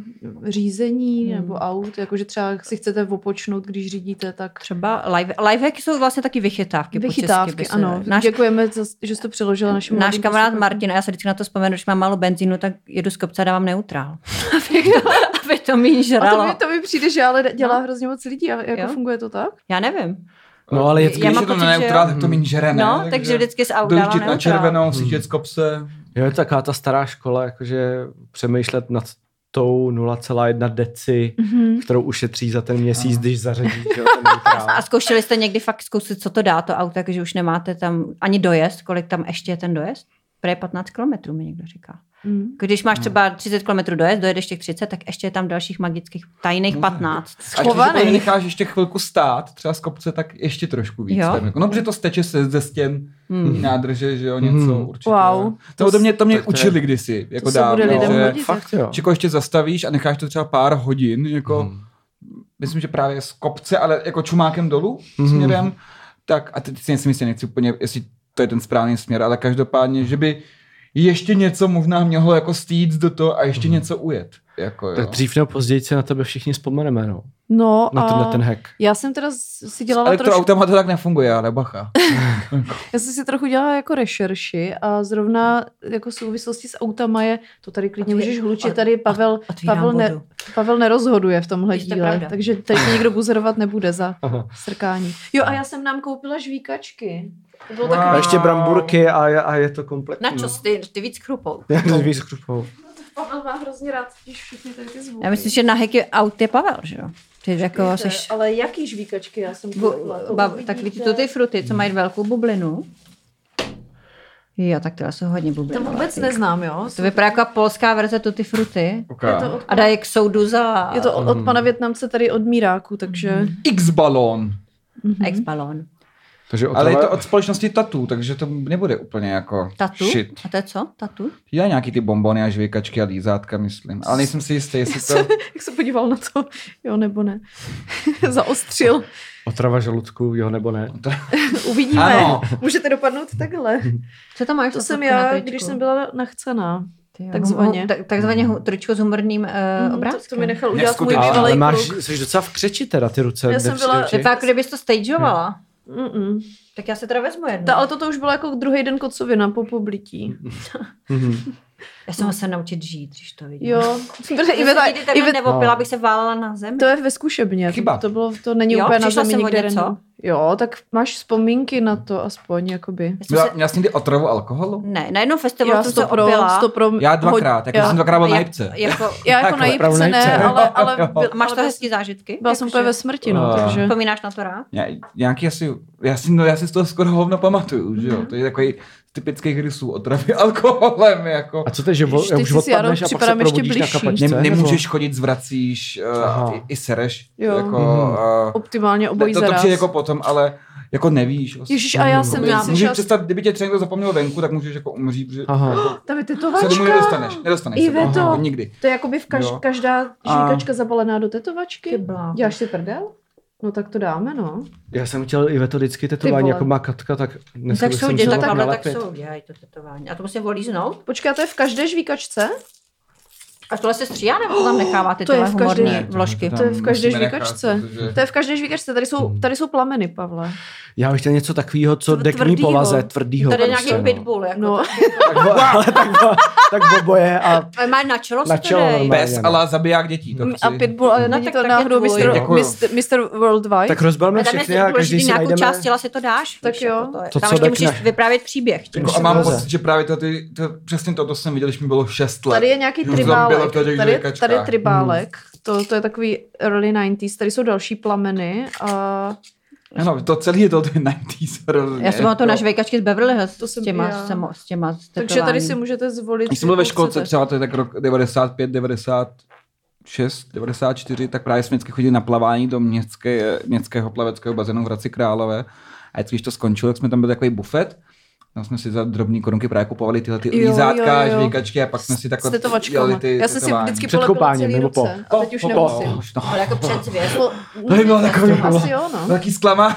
řízení hmm. nebo aut, jakože třeba si chcete opočnout, když řídíte, tak... Třeba life, lifehacky jsou vlastně taky vychytávky. Vychytávky, se, ano. Náš, Děkujeme, že jsi to přeložila našemu... Náš kamarád Martin, a já se vždycky na to vzpomenu, když mám málo benzínu, tak jedu z kopce a dávám neutrál. aby, to, aby to mi žralo. A to mi, to mi přijde, že ale dělá no. hrozně moc lidí. A jako jo? funguje to tak? Já nevím. No, ale je, když je to neutrál, tak to méně žere, ne? No, takže vždycky z auta dávám neutrál. Na červenou, sjíždět z kopce. Jo, je taková ta stará škola, jakože přemýšlet nad tou nula celá jedna deci, mm-hmm. kterou ušetří za ten měsíc, no. když zařadí. Jo, a zkoušeli jste někdy fakt zkusit, co to dá to auto, takže už nemáte tam ani dojezd, kolik tam ještě je ten dojezd? Prý patnáct kilometrů mi někdo říká. Mm. Když máš třeba třicet kilometrů dojezd, dojedeš těch třicet, tak ještě je tam dalších magických tajných patnáct. A když si necháš ještě chvilku stát, třeba z kopce, tak ještě trošku víc. Tam, no, protože to steče se ze stěn, mm. nádrže, že jo, něco mm. určitě. Wow. To, to mě, to mě to učili kdysi, jako dávno, že fakt, jo. Čeko ještě zastavíš a necháš to třeba pár hodin, jako, mm. myslím, že právě z kopce, ale jako čumákem dolů mm. směrem, tak, a teď si nejsem jistě, nechci úplně, jestli to je ten správný směr, ale každopádně, že by ještě něco možná mělo jako stýct do toho a ještě mm. něco ujet. Jako, tak dřív nebo později se na tebe všichni vzpomeneme, no. No na, ten, na ten hack. Já jsem teda si dělala trošku... Elektroautama to tak nefunguje, ale bacha. Já jsem si trochu dělala jako rešerši a zrovna jako souvislosti s autama je, to tady klidně Otví... můžeš hlučit, tady Pavel, Pavel, ne, Pavel nerozhoduje v tomhle díle, takže tady někdo buzerovat nebude za Aha. srkání. Jo a já jsem nám koupila žvíkačky. To bylo wow. takový... A ještě bramburky a je, a je to kompletní. Na čo, ty, ty víc chrupou. Já ty víc chrupou. Pavel má hrozně rád, když všechny tady ty zvuky. Já myslím, že na hacky aut je Pavel, že jo? Ty jako seš... Ale jaký žvíkačky já jsem koupila? Bu- tak vidíte to ty fruty, co mají velkou bublinu. Jo, tak to jsou hodně bubliny. To vůbec neznám, jo? To vypadá jako polská verze tuty fruty. Okay. Od... A dají k soudu za... Je to od, od pana Vietnamce tady od Míráku, takže... Mm. X-balón. Mm-hmm. X-balón. Takže ale je to od společnosti Tatu, takže to nebude úplně jako Tatu? shit. A to je co? Tatu? Já nějaký ty bonbony a žvíkačky a lízátka, myslím. Ale nejsem si jistý, jestli to... Jak se podíval na to, jo nebo ne. Zaostřil. Otrava žaludku, jo nebo ne. Uvidíme. Ano. Můžete dopadnout takhle. Co tam máš? To jsem já, když jsem byla nachcená. Takzvaně. Tak, takzvaně tričko s humorným uh, obrázkem. To, to mi nechal udělat můj bývalý kluk. Ale máš, kluk. jsi docela v křeči teda ty ruce. Já jsem byla... To je jako kdybys to stageovala. Mm-mm. Tak já se teda vezmu jedno. Ta, ale toto už bylo jako druhý den kocovina po poblití. Já jsem se naučit žít, když to vidím. Jo. Protože Iveta, Iveta neopila, abych se válala na zemi. To je ve zkušebně. Chyba. To, bylo, to není jo, úplně na zemi nikde. Co? Jo, tak máš vzpomínky na to aspoň, jakoby. Měla, se... měla jsi někdy otravu alkoholu? Ne, na jednom festivalu jsem se opila. Já dvakrát, jako jsem dvakrát byl na jipce. Jako, já jako na jipce ne, ale... ale byl, máš to hezký zážitky? Byla jsem úplně ve smrti, no, takže... Vzpomínáš na to rád? Nějaký asi, já si, no, já si z toho skoro hovno pamatuju, že jo, to je takový typických rysů otravy alkoholem, jako. A co to je, že vo, už odpadneš a pak se probudíš na kapačce? Nem, nemůžeš chodit, zvracíš uh, i, i sereš. Jo. Jako, uh, Optimálně obojí to, zaraz. To přijde jako potom, ale jako nevíš. Ježíš, a já jsem... Já můžeš představit, kdyby tě třeba někdo zapomněl venku, tak můžeš jako umřít, protože jako, tam je tetovačka. Se domů nedostaneš, nedostaneš se to. Aha, nikdy. To je jakoby v kaž, každá žvíkačka zabalená do tetovačky. Děláš si prdel? No tak to dáme, no. Já jsem chtěl i vedicky tetování, jako má Katka, tak dneska tak bych jsou, jsem tak, tak tak jsou, dělají to tetování. A to musím volíznout? Počkáte, v každé žvíkačce? A tohle se stříhá, nebo tam necháváte to je tyhle v každé, humorné vložky? To je v každé musíme žvíkačce. nechat, protože- To je v každé žvíkačce. Tady jsou, tady jsou plameny, Pavle. Já bych chtěl něco takového, co Tv- jde k mý tvrdýho. povaze, tvrdýho. Tady je prostě, nějaký no. pitbull. Jako No. Tak, bo, ale tak, bo, tak boboje a Ale má na čelo Na se to čelo dej. normálně. Pes, ale zabiják dětí. To chci. A Pitbull, ale No, není tak- to tak je náhodou tvůj. mister Děkuju. mister Worldwide? tak rozbalme A tam všechny je a důležitý, každý si nějakou najdeme... část těla si to dáš. Tak víš, jo. jako to, je. To, Tam co ještě jde k musíš ne- vyprávět příběh. tím. Jako, a mám Dobře. pocit, že právě to, ty, to, přesně to, to jsem viděl, když mi bylo šest let. Tady je nějaký Že už tam bylo tribálek. v těch Tady, žvejkačkách. tady je tribálek. To, to je takový early nineties. Tady jsou další plameny. A Ano, to celé je to ty devadesátých hrozně. Já jsem mám to na žvejkačky z Beverly Hills To s jsem těma, i já. s těma, s těma takže tady si můžete zvolit. Když jsem byl ve jakou školce, chcete. třeba to je tak rok devadesát pět, devadesát šest, devadesát čtyři, tak právě jsme vždycky chodili na plavání do městské, městského plaveckého bazénu v Hradci Králové. A když to skončilo, tak jsme tam byli takový bufet. Tam jsme si za drobný korunky právě kupovali tyhle ty Jo, lízátka, jo, jo. žvejkačky a pak jsme si S takhle tetovačkama. dělali ty Já jsem si tetování. vždycky Před polepila koupáním, celý nebo ruce. po? A teď už Po- po- nemusím. Už no. Ale jako předzvěst. To by bylo takový Asi jo, no. velký zklamání.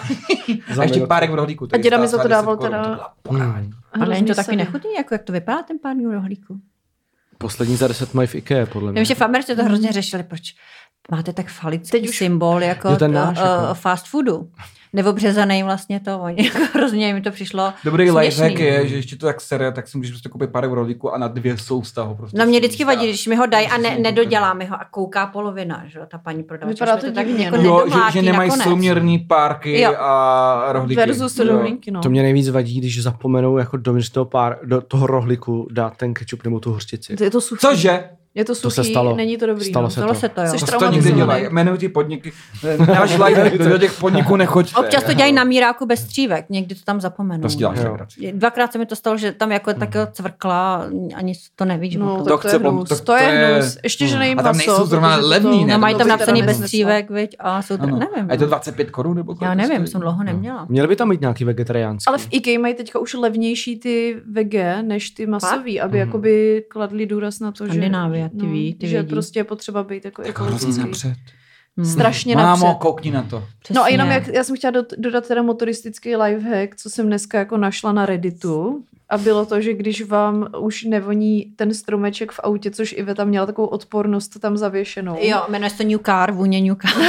A ještě minut. párek v rohlíku. A děda mi za to dával teda- teda... Ale není to taky Hrozný nechutný, jako jak to vypadá ten pár dnů rohlíku. Poslední za deset mají v IKEA, podle mě. Vím, že v Americe to hrozně řešili, proč máte tak falický Teď už- symbol jako, Jo, ten náš, uh, jako. fast foodu. Neobřezaný vlastně to, oni jako hrozně mi to přišlo Dobrý směšný. lifehack je, že ještě to tak sere, tak si můžeš prostě koupit párek v rohlíku a na dvě sousta ho prostě. No mě si vždycky dá. vadí, když mi ho dají a ne, nedodělá mi ho a kouká polovina, že jo, ta paní prodavačka. Vypadá že mi to tak divně, jako no. Jo, že, nedomlátí že nemají nakonec. souměrný párky Jo. a rohlíky. Versus Jo. rohlíky, no. To mě nejvíc vadí, když zapomenou jako do toho, pár, do toho rohlíku dát ten kečup nebo tu hořčici. To je to suchý. Cože? Je to suchý, To se stalo. není to dobrý. Stalo no. se Stalo to. se to, jo. Jsi To, to traumatizovaný. nikdy dělají. Jmenuji ty podniky. Náš lifehack, do těch podniků nechoďte. Občas to dělají na míráku bez střívek, někdy to tam zapomenou. To si děláš Jo. legraci. Dvakrát se mi to stalo, že tam jako takhle cvrkla, ani to nevíš. No, No, tak To to, chce je pom- hnus. to- To, to je je- hnus. Ještě, že nejím A tam maso. nejsou zrovna protože to- levný, ne? no, mají to tam by napsaný teda bez nesneslo. střívek, viď? A jsou to, Ano. nevím. A je to no. dvacet pět korun nebo kolik Já to nevím, stojí? jsem dlouho neměla. Měli by tam být nějaký vegetariánský. Ale v IKEA mají teďka už levnější ty vege, než ty masový, aby Mhm. jakoby kladli důraz na to, že, Skandinávie, ty ví, ty že vědí. prostě je potřeba být jako Jako hrozně ekologický. napřed. Strašně Mámo, napřed. koukni na to. No a jenom Přesně. jak, já jsem chtěla dot- dodat teda motoristický lifehack, co jsem dneska jako našla na Redditu. A bylo to, že když vám už nevoní ten stromeček v autě, což Iveta měla takovou odpornost tam zavěšenou. Jo, jmenuje se to New Car, vůně New Car.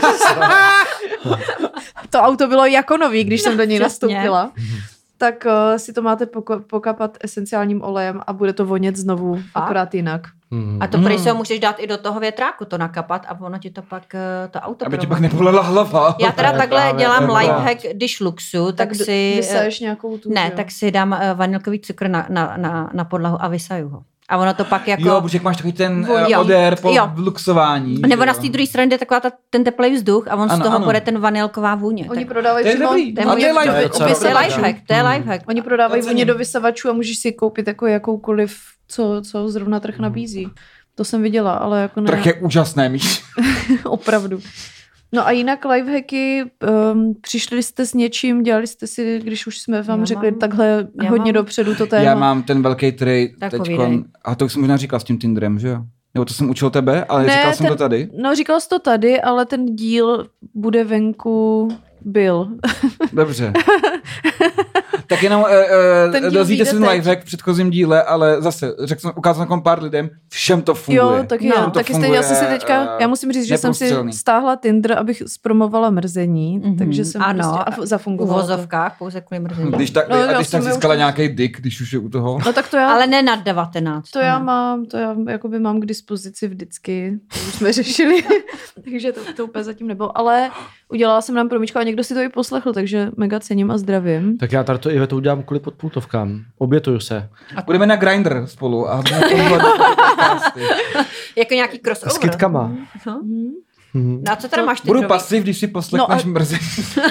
To auto bylo jako nový, když jsem do něj Přesně. nastoupila. Tak uh, si to máte poko- pokapat esenciálním olejem a bude to vonět znovu, akorát jinak. Mhm. A to prý se ho můžeš dát i do toho větráku, to nakapat a ono ti to pak eh, to auto Aby ti pak provozuje. nepolela hlava. Já teda To je takhle právě dělám pravda. lifehack, když luxu, tak, Tak si... vysaješ nějakou tu, Ne, že jo? tak si dám eh, vanilkový cukr na, na, na, na podlahu a vysaju ho. A ono to pak jako... Jo, protože jak máš takový ten Voní. uh, Jo. odér po Jo. luxování. Nebo že na jo. té druhé straně jde taková ta, ten teplý vzduch a on Ano, z toho ano. bude ten vanilková vůně. Oni Tak prodávají To je přímo... dobrý. to je A můj- to je To je lifehack. co to je vysavačů. lifehack, to je lifehack. Oni prodávají To vůně cením. do vysavačů a můžeš si koupit jako jakoukoliv, co, co zrovna trh nabízí. To jsem viděla, ale jako ne. Trh je úžasné, míš. Opravdu. No a jinak lifehacky, um, přišli jste s něčím, dělali jste si, když už jsme vám Já řekli mám- takhle já hodně mám- dopředu to téma. Já mám ten velký tray Tak teďkon. povídej. A to už jsem možná říkal s tím Tinderem, že jo? Nebo to jsem učil tebe, ale Ne, říkal jsem ten- to tady. No říkal jsi to tady, ale ten díl bude venku byl. Dobře. Tak jenom uh, Ten uh, díl dozvíte vyjde si ten teď. lifehack v předchozím díle, ale zase řekl jsem, ukázal jsem pár lidem, všem to funguje. Jo, taky No, já. to Taky jste, funguje, já jsem si teďka, eh, já musím říct, že jsem si neprůstřelný. stáhla Tinder, abych zpromovala mrzení, Mhm. takže jsem Ano, prostě, a f- v zafungovalo to. uvozovkách, pouze kvůli mrzení. Když tak, No, a já když tak jsem je získala už- nějaký dick, když už je u toho. No tak to já, Ale ne nad devatenáct. to já ne. mám, to já jakoby mám k dispozici vždycky, to už jsme řešili, takže to, to úplně zatím nebylo, ale udělala jsem nám promíčku a někdo si to i poslechl, takže mega cením a zdravím. Tak já tady to Ivetu udělám kvůli podpultovkám. Obětuju se. Budeme na Grindr spolu a budeme používat podcasty. Jako nějaký crossover. S kytkama. No. Mhm. No a co teda máš ty Budu druhý? pasiv, když si poslechneš No a- mrzení.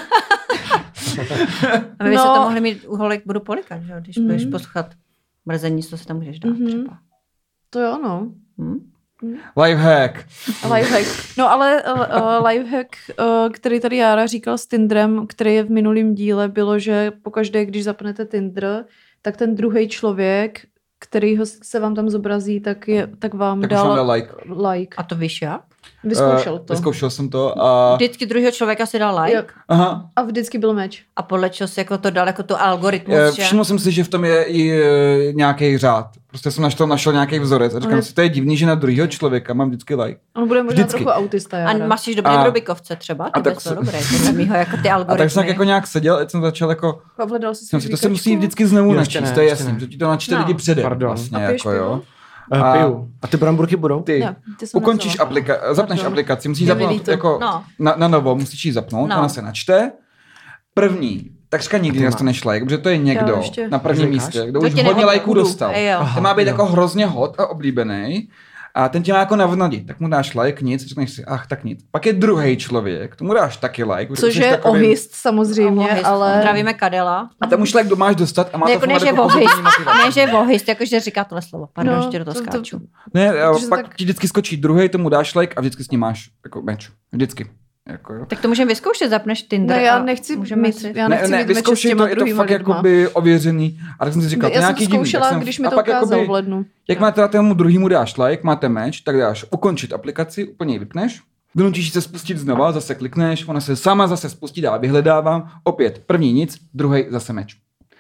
A my by No. se to mohli mít u holek, budu polikat, že jo? Když Mhm. budeš poslouchat mrzení, co si tam můžeš dát Mhm. třeba. To jo, no. Hm? Lifehack. Lifehack. No ale uh, lifehack, uh, který tady Jára říkal s Tinderem, který je v minulém díle, bylo, že pokaždé, když zapnete Tinder, tak ten druhý člověk, který ho se vám tam zobrazí, tak, je, tak vám Tak už vám dal dal like. like. A to víš jak? Vyzkoušel to. Uh, vyzkoušel jsem to a... Vždycky druhého člověka si dal like. Jak? Aha. A vždycky byl meč. A podle čeho si jako to dal jako to algoritmus, Uh, že? všiml jsem si, že v tom je i uh, nějaký řád. Prostě jsem našel, našel nějaký vzorec a říkám je... si, to je divný, že na druhého člověka mám vždycky like. On bude možná vždycky. trochu autista. A máš dobré a... drobikovce třeba? A tak to se... dobré, to mýho, jako ty algoritmy. A tak jsem tak jako nějak seděl, a jsem začal jako... Pavle, dal jsi jsem si, to se musí vždycky znovu Jo, načíst, ne, to je jasný, ne. že ti to načte No. lidi předem. Pardon. Vlastně, A piješ jako, jo. Uh, A- piju. A ty bramburky budou? Ty Ne, ty jsem ukončíš nevzala. aplika- zapneš Pardon. aplikaci, musíš Je mi zapnout líto. jako No. na, na novo, musíš ji zapnout, No. ona se načte. První, takřka nikdy Ty nedostaneš like, protože to je někdo Já ještě- na prvním Říkáš? místě, kdo To už tě hodně nehodí lajků budu. dostal. Ej, jo. To Aha, má být jo. jako hrozně hot a oblíbený. A ten tě má jako navnadit, tak mu dáš like, nic, řekneš si, ach, tak nic. Pak je druhý člověk, tomu dáš taky like. Což jsi je takový- ohist samozřejmě, Ohist. ale... Zdravíme Kadela. A tam už like kdo máš dostat a má Ne, to jako ne, fungovat že jako vohist, pozitivní motivace. ne, že vohist, jakože říká tohle slovo. Pardon, No, ještě do toho to- to- skáču. Ne, a Protože pak tak- ti vždycky skočí druhý, tomu dáš like a vždycky s ním máš jako meč. Vždycky. Jako, jo. Tak to můžeme vyzkoušet, zapneš Tinder. Ne, já a nechci můžeme mít, si... já Ne, nechci ne, mít meče s vyzkoušej těma to, je to druhýma fakt lidma. jakoby ověřený. A tak jsem si říkal, Já to je jsem nějaký to divný. zkoušela, tak jsem, když mi a to pak ukázal jakoby, v lednu. Jak má teda tomu druhýmu dáš like, máte meč, tak dáš ukončit aplikaci, úplně ji vypneš, donutíš se spustit znova, zase klikneš, ona se sama zase spustí, dá vyhledávám, opět první nic, druhý zase meč.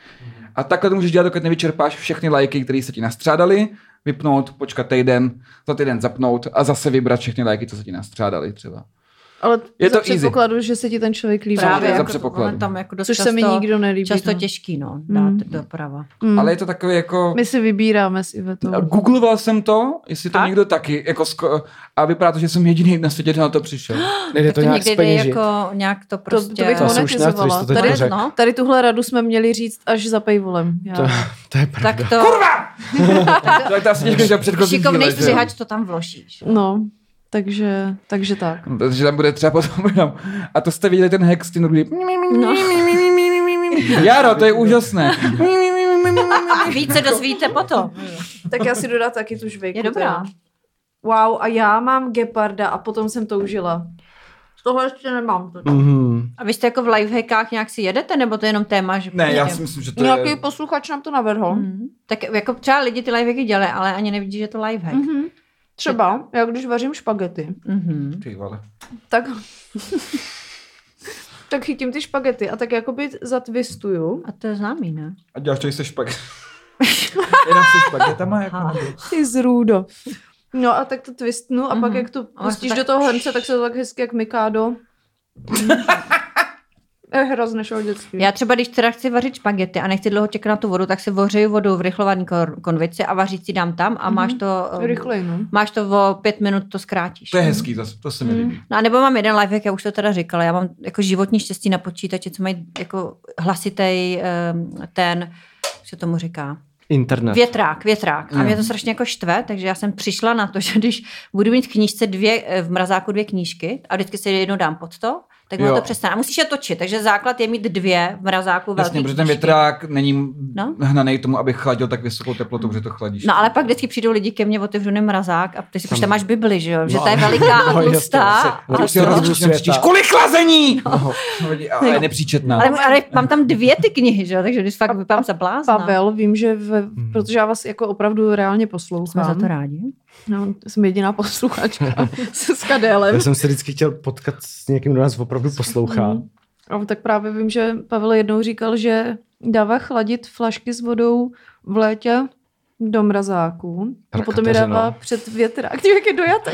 A takhle to můžeš dělat, dokud nevyčerpáš všechny lajky, které se ti nastřádaly, vypnout, počkat týden, za týden zapnout a zase vybrat všechny lajky, co se ti nastřádaly třeba. Ale Je za to easy. předpokladu, že se ti ten člověk líbí. Právě za jako, předpokladu. ono tam jako dost Což často, se mi nikdo nelíbí. často no. těžký, no, dát Mm. doprava. Mm. Ale je to takový jako... My si vybíráme s Ivetou. Googloval jsem to, jestli to Tak? někdo taky, jako sko- a vypadá to, že jsem jediný na světě, kdo na to přišel. Nejde Tak to to nějak někdy jde zpeněžit. jako, nějak to To, prostě... to bych To asi už ne, monetizovala. to jsi to Tady, teď řekl. no, tady tuhle radu jsme měli říct až za paywallem. Já. To, to je pravda. tak to... Tak to asi těžko, že předchozí Šikovnej díle, že jo? střihač to tam vložíš. No, takže, takže tak. No, takže tam bude třeba potom jenom. A to jste viděli ten hack s tím rudý. No. Jaro, to je úžasné. Víc se dozvíte potom. Tak já si dodám taky tu žvejku. Je dobrá. teda. Wow, a já mám geparda a potom jsem to užila. Tohle ještě nemám. Mhm. A vy jste jako v lifehackách nějak si jedete, nebo to je jenom téma, že... Ne, já prostě- si myslím, že to Nějaký je... posluchač nám to navrhl. Mhm. Tak jako třeba lidi ty lifehacky dělají, ale ani nevidí, že je to lifehack. Mhm. Třeba, já když vařím špagety, Mhm. Ty vole. tak... tak chytím ty špagety a tak jakoby zatwistuju. A to je známý, ne? A děláš to i se špaget. Jenom se špagetama jako Aha. nebyl. Ty zrůdo. No a tak to twistnu a Mhm. pak jak to Ale pustíš to tak- do toho hrnce, tak se to tak hezky jak Mikado. Je hra z našeho dětství. Já třeba, když teda chci vařit špagety a nechci dlouho čekat na tu vodu, tak se vořeju vodou v rychlované konvici a vařící dám tam a máš to... um, Rychlej, no. Máš to o pět minut, to zkrátíš. To je hezký zase, to se mi líbí. No a nebo mám jeden lifehack, já už to teda říkala, já mám jako životní štěstí na počítači, co mají jako hlasitej um, ten, jak se tomu říká, Internet. větrák, větrák. A Mm. mě to strašně jako štve, takže já jsem přišla na to, že když budu mít v knížce dvě, v mrazáku dvě knížky a vždycky si jednou dám pod to, tak ono Jo. to přestane. A musíš je točit, takže základ je mít dvě v mrazáku velké Jasně, protože ten knížky. větrák není No. hnaný tomu, aby chladil tak vysokou teplotu, že to chladíš. No ale pak vždycky přijdou lidi ke mně, otevřu mrazák a ty si Tam- tam máš Bibli, že jo? Že No. ta je veliká a No, jasně, tlustá. jasně. a No, A to ty si to- rozhodně světa. přečtíš, kolik chlazení! No. Ale je nepříčetná. ale, ale mám tam dvě ty knihy, že jo? Takže když fakt vypadám za blázna. Pavel, vím, že v, protože já vás jako opravdu reálně Jsme poslouchám. za to rádi. No, jsem jediná posluchačka s Kadélem. Já jsem se vždycky chtěl potkat s někým, kdo nás opravdu poslouchá. Mm. A tak právě vím, že Pavel jednou říkal, že dává chladit flašky s vodou v létě do mrazáku a Tak, potom je Kateřino. dává před větrák. Tím, jak je dojatý.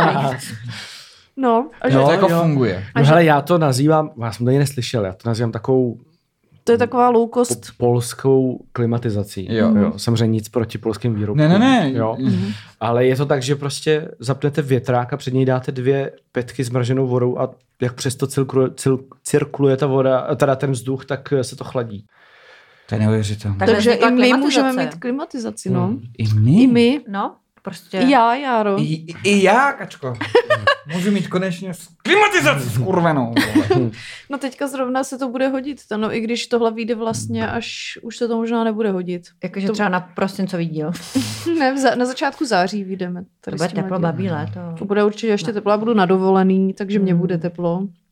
No, a že To Jo, jako jo. funguje. A No že- hele, já to nazývám, já jsem to ani neslyšel, já to nazývám takovou to je taková low po- cost. polskou klimatizací. Jo. jo. Samozřejmě nic proti polským výrobkům. Ne, ne, ne. Jo. Ale je to tak, že prostě zapnete větrák a před něj dáte dvě petky s mraženou vodou a jak přesto cirkuluje, cil, cirkuluje ta voda, teda ten vzduch, tak se to chladí. To je neuvěřitelné. Tak- Takže vznikla i my klimatizace. můžeme mít klimatizaci, no. Hmm. I my? I my. No, prostě. I já, Járo. I, i, I já, Kačko. Můžu mít konečně klimatizaci skurvenou. vole. No teďka zrovna se to bude hodit. To, no i když tohle vyjde vlastně, až už se to možná nebude hodit. Jakože To- třeba na prosincový díl. Ne, v za, na začátku září vyjdeme. To Tady bude s tímhle teplo dílem. babí léto. To bude určitě ještě teplo. Já budu na dovolený, takže mě Hmm. bude teplo.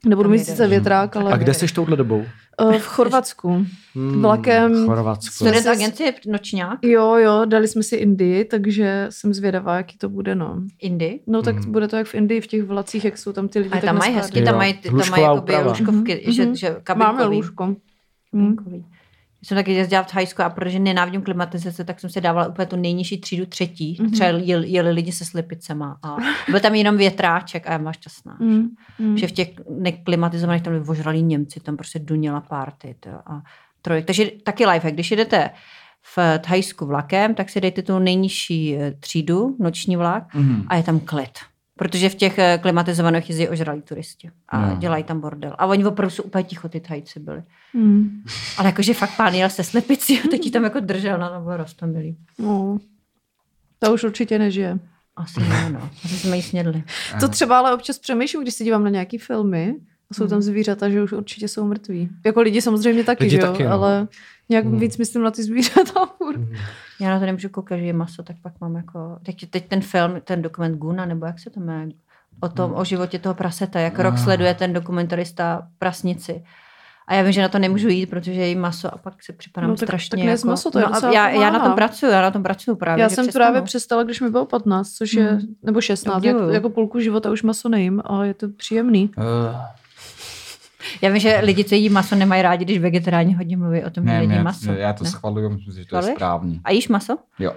Nebudu mít sice větrák, ale... A kde jsi touhle dobou? V Chorvatsku. Hmm, Vlakem. Chorvatsku. Student agenci nočňák? Jo, jo, dali jsme si Indii, takže jsem zvědavá, jaký to bude, no. Indii? No tak Hmm. bude to jak v Indii, v těch vlacích, jak jsou tam ty lidi. Ale tak tam mají naskládají. hezky, tam mají, tam mají jakoby lůžkovky, Mhm. že, že kabinkový. Máme lůžko. Hmm. Jsem taky jezdila v Thajsku a protože nenávidím klimatizace, tak jsem si dávala úplně tu nejnižší třídu třetí. Mhm. Třeba jeli, jeli lidi se slipicema a byl tam jenom větráček a já byla šťastná. Mm. Mm. Že v těch neklimatizovaných tam byli ožralí Němci, tam prostě duněla party. To, a trojek. Takže taky lifehack, když jedete v Thajsku vlakem, tak si dejte tu nejnižší třídu, noční vlak Mhm. a je tam klid. Protože v těch klimatizovaných jezdí ožralí turisti a No. dělají tam bordel. A oni opravdu jsou úplně ticho, ty Thajci byli. Mm. Ale jakože fakt pán jel se slepicí a teď ji tam jako držel, no to bylo roztomilý. No. To už určitě nežije. Asi ne, no. Asi jsme jí snědli. To třeba ale občas přemýšlím, když se dívám na nějaký filmy a jsou tam zvířata, že už určitě jsou mrtví. Jako lidi samozřejmě taky, Lidi že jo? taky, no. Ale nějak Hmm. víc myslím na ty zvířata. Já na to nemůžu koukat, že je maso, tak pak mám jako... Teď, teď ten film, ten dokument Guna, nebo jak se to jmenuje, o tom, o životě toho praseta, jak rok sleduje ten dokumentarista prasnici. A já vím, že na to nemůžu jít, protože je maso a pak se připadám No tak- strašně tak nejez jako... maso, to je no, a docela já, já na tom pomáhá. pracuju, já na tom pracuju právě. Já že jsem přestanu. právě přestala, když mi bylo patnáct, což je, Hmm. nebo šestnáct, jak, Obdivuju. jako půlku života už maso nejím a je to příjemný. Uh, Já vím, že lidi, co jí maso, nemají rádi, když vegetariáni hodně mluví o tom, že ne, jedí ne, maso. já to Ne? schvaluju, myslím, že to je Schvaluješ? správný. A jíš maso? Jo.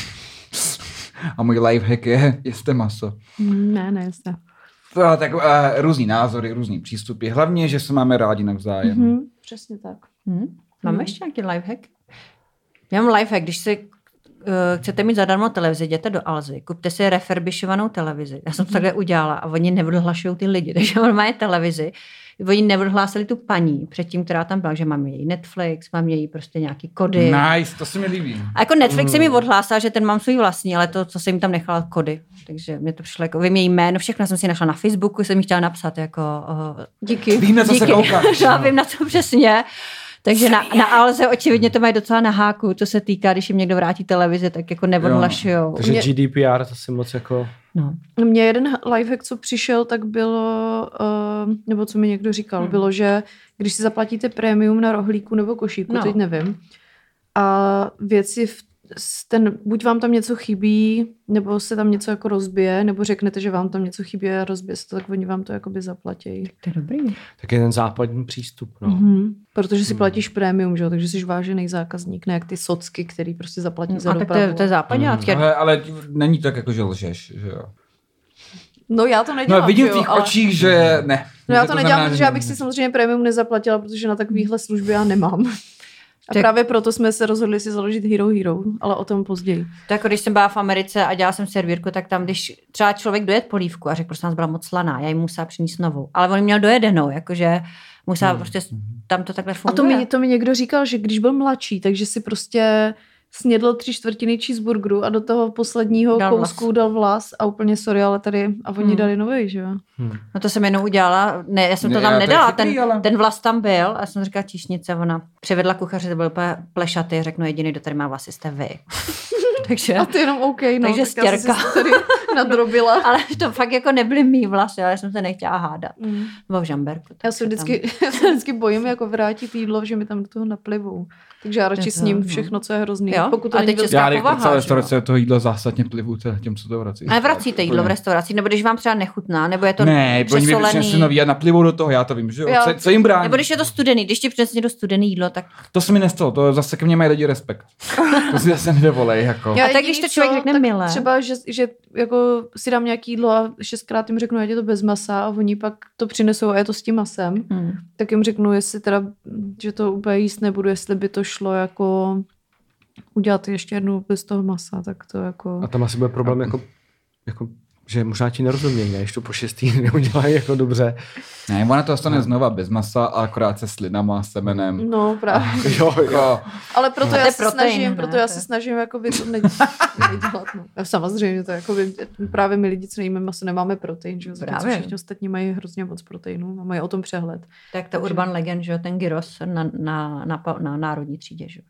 A můj lifehack je, jeste maso. Mm, Ne, ne, jste. To, tak uh, různý názory, různý přístupy. Hlavně, že se máme rádi navzájem. Mhm, přesně tak. Hmm? Máme Hmm. ještě nějaký lifehack? Já mám lifehack, když si uh, chcete mít zadarmo televizi, jděte do Alzy, kupte si refurbishovanou televizi. Já jsem to takhle udělala a oni neodhlašují ty lidi, takže on má televizi. Oni neodhlásili tu paní předtím, která tam byla, že mám její Netflix, mám její prostě nějaký kody. Nice, to se mi líbí. A jako Netflix se mi odhlásá, že ten mám svůj vlastní, ale to, co jsem jim tam nechala, kody. Takže mě to přišlo jako, vím její jméno, všechno jsem si našla na Facebooku, jsem jí chtěla napsat jako... Uh, Díky. Vím, na co se díky. koukáš. Já vím na to přesně. Takže na, na Alze očividně to mají docela na háku, co se týká, když jim někdo vrátí televizi, tak jako neodhlašujou. Takže Mě- G D P R to si moc jako... No. Mně jeden lifehack, co přišel, tak bylo, uh, nebo co mi někdo říkal, Hmm. bylo, že když si zaplatíte prémium na rohlíku nebo košíku, No. teď nevím, a věci v ten, buď vám tam něco chybí, nebo se tam něco jako rozbije, nebo řeknete, že vám tam něco chybí a rozbije se to, tak oni vám to jakoby zaplatí. To je dobrý. Tak je ten západní přístup, no. Mm-hmm. Protože si platíš prémium, že jo? Takže jsi vážený zákazník, ne jak ty socky, který prostě zaplatí za A tak to dopravu. je, to je západňácké. Ale, ale není to tak jako, že lžeš, že jo. No já to nedělám, No vidím že v jo, tvých ale... očích, že ne. No já Že to znamená, nedělám, že- protože já bych si samozřejmě prémium nezaplatila, protože na takovýhle služby já nemám. A Tak- právě proto jsme se rozhodli si založit Hero Hero, ale o tom později. To jako když jsem byla v Americe a dělala jsem servírku, tak tam, když třeba člověk dojet polívku a řekl, prostě nás byla moc slaná, já jim musela přinést novou. Ale on měl dojedenou, jakože musela hmm. prostě tam to takhle A funguje. to mi, to mi někdo říkal, že když byl mladší, takže si prostě snědl tři čtvrtiny cheeseburgeru a do toho posledního Dal kousku vlas. dal vlas a úplně sorry, ale tady a oni Hmm. dali nový, že jo? No to jsem jenom udělala, ne, já jsem to Ne, tam já- to je nedala, chytrý, ten, ale- ten vlas tam byl a já jsem říkala číšnice, ona přivedla kuchaře, to byl úplně plešatý, řeknu jediný, kdo tady má vlasy, jste vy. Takže, A ty jenom OK, no. Takže tak já jsem stěrka. si tady nadrobila. ale to fakt jako nebyly mý vlasy, ale já jsem se nechtěla hádat. Mm. Nebo v žamberku. tak Já se tam- vždycky, já se vždycky bojím jako vrátit jídlo, že mi tam do toho naplivou. Takže já radši Je to, sním no. všechno, co je hrozný. Jo? Pokud to A není teď byl- česká Já když povaha, po celé že jo? restaurace toho jídla zásadně plivu těm, co to vrací. Ale vracíte jídlo v restauraci, nebo když vám třeba nechutná, nebo je to Ne, oni mi přesolený. přinesli nový a naplivou do toho, já to vím, že jo. Já- Co, co jim brání? Nebo když je to studený, když ti přinese někdo studený jídlo, tak To se mi nestalo, to zase ke mně mají lidi respekt. To si zase nedovolej, jako. Já A tak jediný, když to člověk co, řekne tak milé. Třeba, že, že jako si dám nějaký jídlo a šestkrát jim řeknu, ať je to bez masa a oni pak to přinesou a je to s tím masem, hmm. tak jim řeknu, jestli teda, že to úplně jíst nebudu, jestli by to šlo jako udělat ještě jednou bez toho masa, tak to jako... A tam asi bude problém jako, jako že možná ti nerozumím, ne? Když to po šestý neudělají jako dobře. Ne, ona to dostane znova bez masa, a akorát se slinama, semenem. No právě. Jo, jo. Ale proto No. já To je se protein, snažím, ne? proto já To se je- snažím jako by to ne- nedělat. No. A samozřejmě to jako by, právě my lidi, co nejíme maso, nemáme protein, že jo? Zatímco Právě. všichni ostatní mají hrozně moc proteinu a mají o tom přehled. Tak to Urban Legend, že jo, ten gyros na, na, na, na národní třídě, že jo, že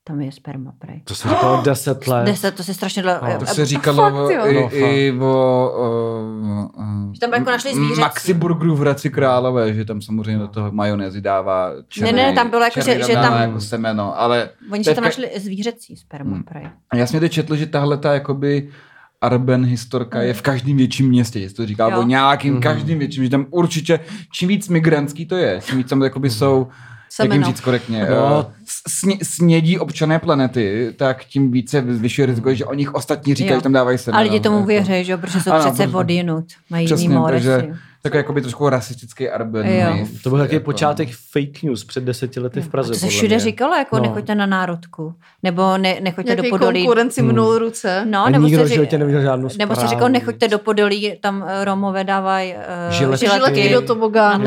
tam je sperma prej. To se říkalo deset let. Deset, to se strašně dlouho. To se říkalo Fakt, i, no, i o... o, o tam jako našli zvířecí. Maxi Burgeru v Hradci Králové, že tam samozřejmě do toho majonézy dává černý, ne, ne, tam bylo jako, že, že tam... jako semeno, ale... Oni si tam našli zvířecí spermu hmm. prej. Já jsem teď četl, že tahle ta jakoby Arben historka mm. je v každém větším městě, že to říká o nějakým mm. každým větším, že tam určitě, čím víc migrantský to je, čím víc tam jakoby jsou, jak jim říct korektně, no. sně, snědí občané planety, tak tím více zvyšuje riziko, že o nich ostatní říkají, že tam dávají semeno. A lidi tomu jako... věří, že? Protože jsou ano, přece odjinut, mají přesně, mimo takže takový jakoby trošku rasistický Arben. To byl taky jako... počátek fake news před deseti lety v Praze. A to se všude říkalo, jako no. nechoďte na národku, nebo ne, nechoďte do Podolí. Konkurenci hmm. mnul ruce. No, a nebo nikdo se, životě neviděl žádnou nebo se říkalo, nechoďte do Podolí, tam Romové dávají uh, žiletky. žiletky do tobogánu.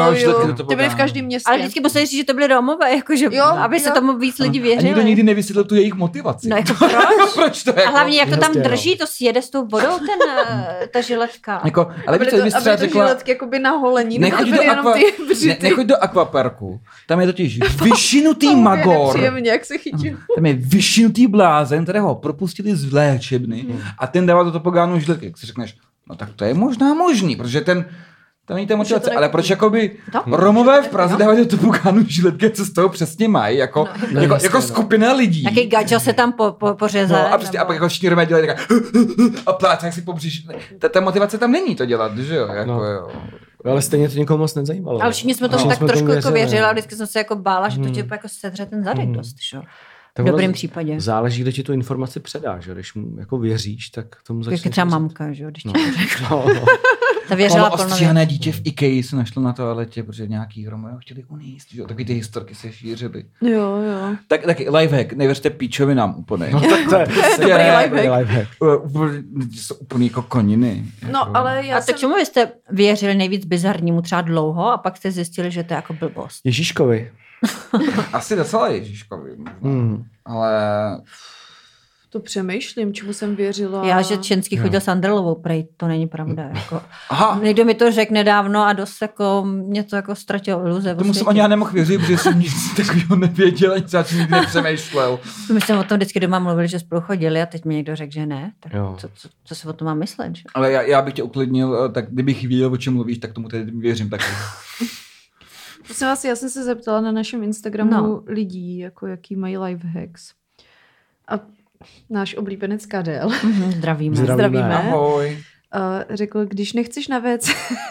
Ty byly v každém městě. Ale vždycky museli říct, že to byly Romové, jakože, jo, aby jo. se tomu víc lidí věřili. A nikdo nikdy nevysvětlil tu jejich motivaci. No jako proč? proč to jako? A hlavně, jak to tam drží, to sjede s tou vodou, ten, ta žiletka. Jako, ale víš, co bys třeba řekla... žiletky jakoby na holení. Nechoď do, aqua... ne, nechoď do akvaparku. Tam je totiž vyšinutý magor. Nepříjemně, jak se chytil. Tam je vyšinutý blázen, kterého propustili z léčebny hmm. a ten dává do topogánu žiletky. Jak si řekneš, no tak to je možná možný, protože ten tam není ta motivace, ale proč jakoby to? Romové v Praze no. dávají do topogánu žiletky, co z toho přesně mají, jako, no. jako, jako skupina lidí. Jaký gadžel se tam po, po, pořezá. No, a, prostě, a pak jako všichni Romové dělají tak a plácají si po bříši. Ta, ta motivace tam není to dělat, že jo? Jako, no. jo. Ale stejně to nikomu moc nezajímalo. Ale všichni jsme to no. tak trošku věřili, jako věřili, ale vždycky jsem se jako bála, že to tě jako sedře ten zadek hmm. dost, že? V dobrém případě. Záleží, kde ti tu informaci předá, že? Když mu jako věříš, tak tomu začneš. Jak třeba mamka, že? Když no. tě řekla. No, no. Ta věřila plno. Ostříhané dítě v Ikei se našlo na toaletě, protože nějaký Romové ho chtěli uníst, že? Takový ty historky se šířily. Jo, jo. Tak, taky lifehack, nevěřte píčovinám úplně. No tak to je, to je dobrý lifehack. Jsou úplně jako koniny. No, jako. ale já a jsem... tak čemu jste věřili nejvíc bizarnímu třeba dlouho a pak jste zjistili, že to je jako blbost? Ježíškovi. Asi docela Ježíškovi. Hmm. Ale... To přemýšlím, čemu jsem věřila. Já, že Čenský chodil s Andrelovou, prej, to není pravda. Jako. Někdo mi to řekl nedávno a dost jako, mě to jako ztratilo iluze. Tomu jsem ani já nemohl věřit, protože jsem nic takového nevěděl, ani za čím nikdy nepřemýšlel. My jsme o tom vždycky doma mluvili, že spolu chodili a teď mi někdo řekl, že ne. Tak co, co, co se o tom má myslet? Že? Ale já, já bych tě uklidnil, tak kdybych věděl, o čem mluvíš, tak tomu tedy věřím taky. Prosím vás, já jsem se zeptala na našem Instagramu no. lidí, jako jaký mají lifehacks. A náš oblíbenec Kadel. Mm-hmm, zdravíme. zdravíme. Zdravíme. Ahoj. Uh, řekl, když nechceš na vé cé...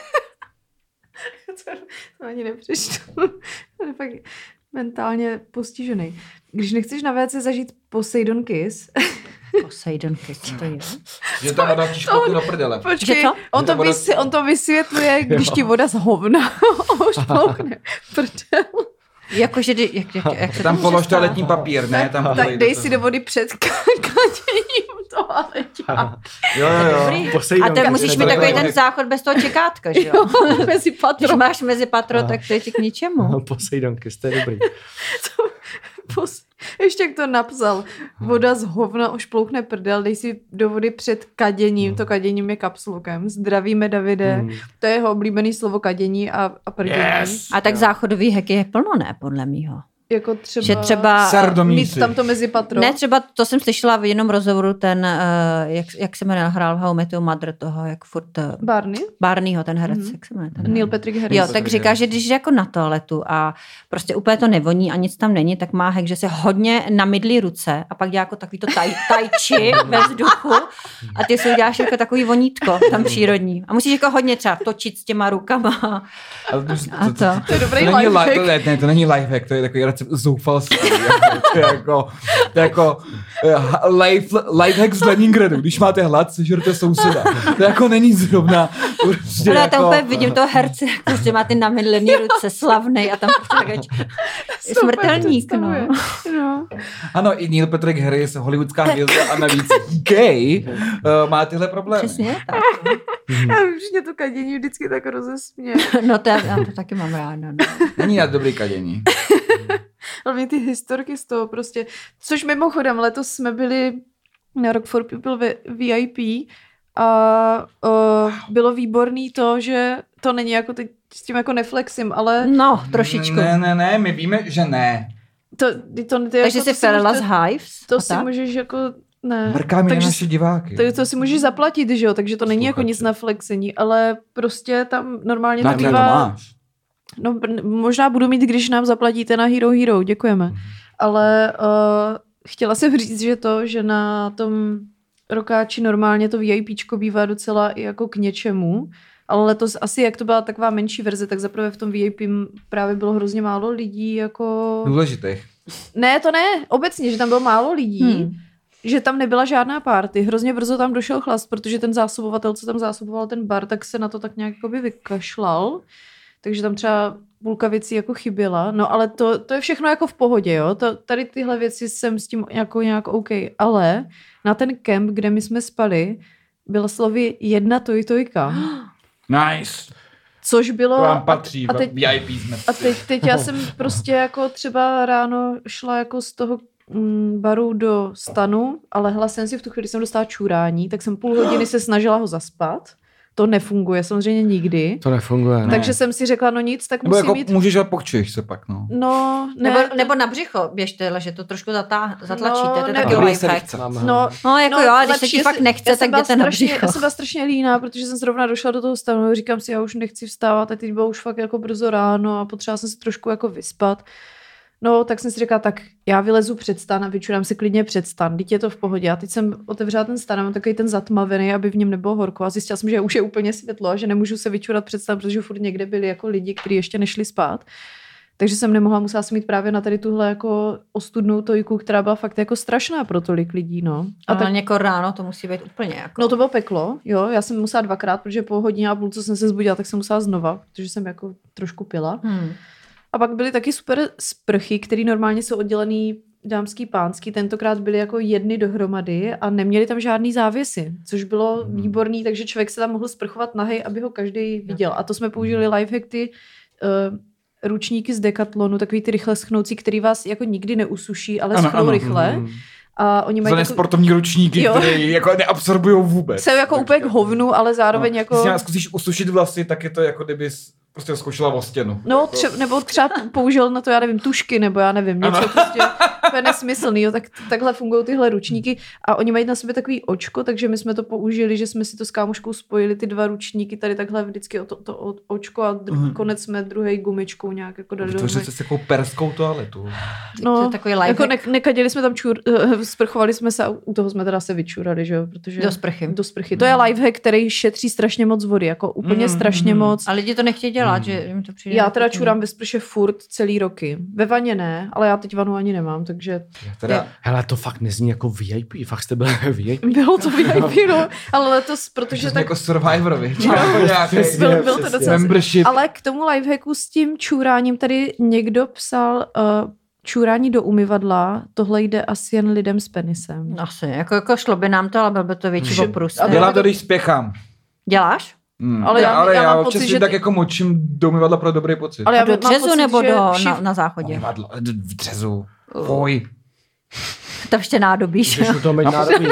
to ani nepřečtu. On je fakt mentálně postižený. Když nechceš na vé cé zažít Poseidon Kiss... Poseidon Kiss, to je. Že ta voda ti špatně do prdele. Počkej, on to, voda... vysvě, on to vysvětluje, když ti voda z hovna šploukne prdel. Jakože, jak, jak, jak tam polož toaletní papír, ne? Tam tak, tak dej si do vody před kladěním toaleťa. Jo, jo, jo. A to musíš mít takový ten záchod bez toho čekátka, že jo? Mezi patro. Když máš mezi patro, tak to je ti k ničemu. Poseidon Kiss, to je dobrý. Ještě jak to napsal. Voda z hovna ošplouchne prdel, dej si do vody před kaděním. To kaděním je kapslukem. Zdravíme, Davide. Mm. To je jeho oblíbený slovo kadění a, a prdění. Yes. A tak záchodový hek je plno, ne? Podle mýho. Jako třeba, že třeba mít tam to mezi patro. Ne, třeba to jsem slyšela v jednom rozhovoru ten, uh, jak, jak se jmenuje, hrál v How I Met Your Mother toho, jak furt... Uh, Barney? Barneyho, ten herec, Mm-hmm. jak se jmenuje? Ten Neil Patrick Harris. Jo, tak říká, že když jde jako na toaletu a prostě úplně to nevoní a nic tam není, tak má hek, že se hodně namydlí ruce a pak dělá jako takový to taj, tajči ve vzduchu a ty si uděláš jako takový vonítko tam přírodní. A musíš jako hodně třeba točit s těma rukama. A to, a to. to je dobrý to není lifehack. Li- to, ne, to není lifehack, to je takový recept zoufalství. To je jako, to je jako life, lifehack z Leningradu. Když máte hlad, sežerte souseda. To jako není zrovna. Prostě ale jako... já tam úplně vidím toho herce, jak prostě má ty namydlený ruce, slavnej a tam prostě smrtelník. No. no. Ano, i Neil Patrick Harris, hollywoodská hvězda a navíc gay, uh, má tyhle problémy. Přesně tak. Já vím, že mě to kadění vždycky tak rozesmě. No to já, já to taky mám ráda. No. Není na dobrý kadění. Ale mě ty historky z toho prostě, což mimochodem letos jsme byli na Rock for People V I P a uh, bylo výborný to, že to není jako teď s tím jako neflexím, ale... No, trošičku. Ne, ne, ne, my víme, že ne. To, to, to, to, Takže jako, jsi ferela z Hives? To si můžeš jako... Ne. Mrkáme na naše diváky. To, to si můžeš zaplatit, že jo? Takže to není Sluchači. Jako nic na flexení, ale prostě tam normálně na to bývá... No, možná budu mít, když nám zaplatíte na Hero Hero, děkujeme. Ale uh, chtěla jsem říct, že to, že na tom rokáči normálně to VIPčko bývá docela i jako k něčemu, ale letos asi, jak to byla taková menší verze, tak zaprvé v tom V I P právě bylo hrozně málo lidí jako... Důležitých. Ne, to ne, obecně, že tam bylo málo lidí, hmm. že tam nebyla žádná party. Hrozně brzo tam došel chlast, protože ten zásobovatel, co tam zásoboval ten bar, tak se na to tak nějak jakoby vykašlal. Takže tam třeba půlka věcí jako chyběla. No ale to, to je všechno jako v pohodě, jo. To, tady tyhle věci jsem s tím jako nějak OK. Ale na ten kemp, kde my jsme spali, byla slovy jedna tojtojka. Nice. Což bylo... To vám patří, a, a teď, V I P jsme. A teď, teď já jsem prostě jako třeba ráno šla jako z toho mm, baru do stanu a lehla jsem si v tu chvíli, jsem dostala čurání, tak jsem půl hodiny se snažila ho zaspat. To nefunguje samozřejmě nikdy. To nefunguje, ne. Takže jsem si řekla, no nic, tak nebo musím jako mít... můžeš a pokčuješ se pak, no. No, ne. Nebo, nebo na břicho běžte, že to trošku zatá, zatlačíte, no, to je ne, taky lifehack. No, no, jako no, jo, když se ti fakt nechce, tak jděte na břicho. Já jsem byla strašně líná, protože jsem zrovna došla do toho stanu, říkám si, já už nechci vstávat, a teď bylo už fakt jako brzo ráno a potřeba jsem se trošku jako vyspat. No, tak jsem si říkala, tak já vylezu před stan a vyčurám se klidně před stan, teď je to v pohodě. A teď jsem otevřela ten stan a mám takový ten zatmavený, aby v něm nebylo horko. A zjistila jsem, že už je úplně světlo a že nemůžu se vyčurat před stan, protože furt někde byli jako lidi, kteří ještě nešli spát. Takže jsem nemohla, musela jsem mít právě na tady tuhle jako ostudnou tojku, která byla fakt jako strašná pro tolik lidí, no. A tak někoho ráno to musí být úplně jako... No to bylo peklo, jo, já jsem musela dvakrát, protože po hodině a půl, co jsem se zbudila, tak jsem musela znova, protože jsem jako trošku pila. Hmm. A pak byly taky super sprchy, které normálně jsou oddělený dámský, pánský. Tentokrát byly jako jedny dohromady a neměli tam žádný závěsy, což bylo hmm. výborný, takže člověk se tam mohl sprchovat nahej, aby ho každý viděl. A to jsme použili lifehack, ty uh, ručníky z Decathlonu, takový ty rychle schnoucí, který vás jako nikdy neusuší, ale ano, schnou ano. rychle. Hmm. A oni mají takový... sportovní ručníky, jo. které jako neabsorbují vůbec. Jsou jako úplně k hovnu, ale zároveň no. jako... Když zkusíš usušit vlasy, tak je to jako kdyby prostě zkoušela o stěnu. No, tře- nebo třeba použil na to, já nevím, tušky, nebo já nevím, něco ano. prostě úplně nesmyslný, jo, tak takhle fungují tyhle ručníky a oni mají na sobě takový očko, takže my jsme to použili, že jsme si to s kámoškou spojili, ty dva ručníky, tady takhle vždycky o to, to očko a dr- uh-huh. konec jsme druhej gumičkou nějak jako dali dohromady. Vytvořili jste takovou perskou toaletu. No, to je takový jako ne- nekadili jsme tam čur, uh, sprchovali jsme se a u toho jsme teda se vyčurali, že jo, protože... Do sprchy. Do sprchy. To je lifehack, který šetří strašně moc vody, jako úplně mm, strašně mm. moc. A lidi to nechtějí dělat, mm. že jim to přijde. Já teda čurám ve sprše furt celý roky. Ve vaně ne, ale já teď vanu ani nemám, takže... Teda... Hele, to fakt nezní jako V I P, fakt jste byli V I P. Bylo to V I P, no, ale letos, protože tak... jako Survivorovi. Byl, byl to docela... Membership. Ale k tomu lifehacku s tím čuráním tady někdo psal... Uh, čurání do umyvadla, tohle jde asi jen lidem s penisem. Asi, jako, jako šlo by nám to, ale byl by to větší oprus. Dělám to, když spěchám. Děláš? Hmm. Ale já, ale já, já mám občas pocit, že... tak jako močím do umyvadla pro dobrý pocit. Ale já do dřezu pocit, nebo do, všiv... na, na záchodě? Umyvadlo, v dřezu. Foj. To ještě nádobíš. Když to mít nádobí.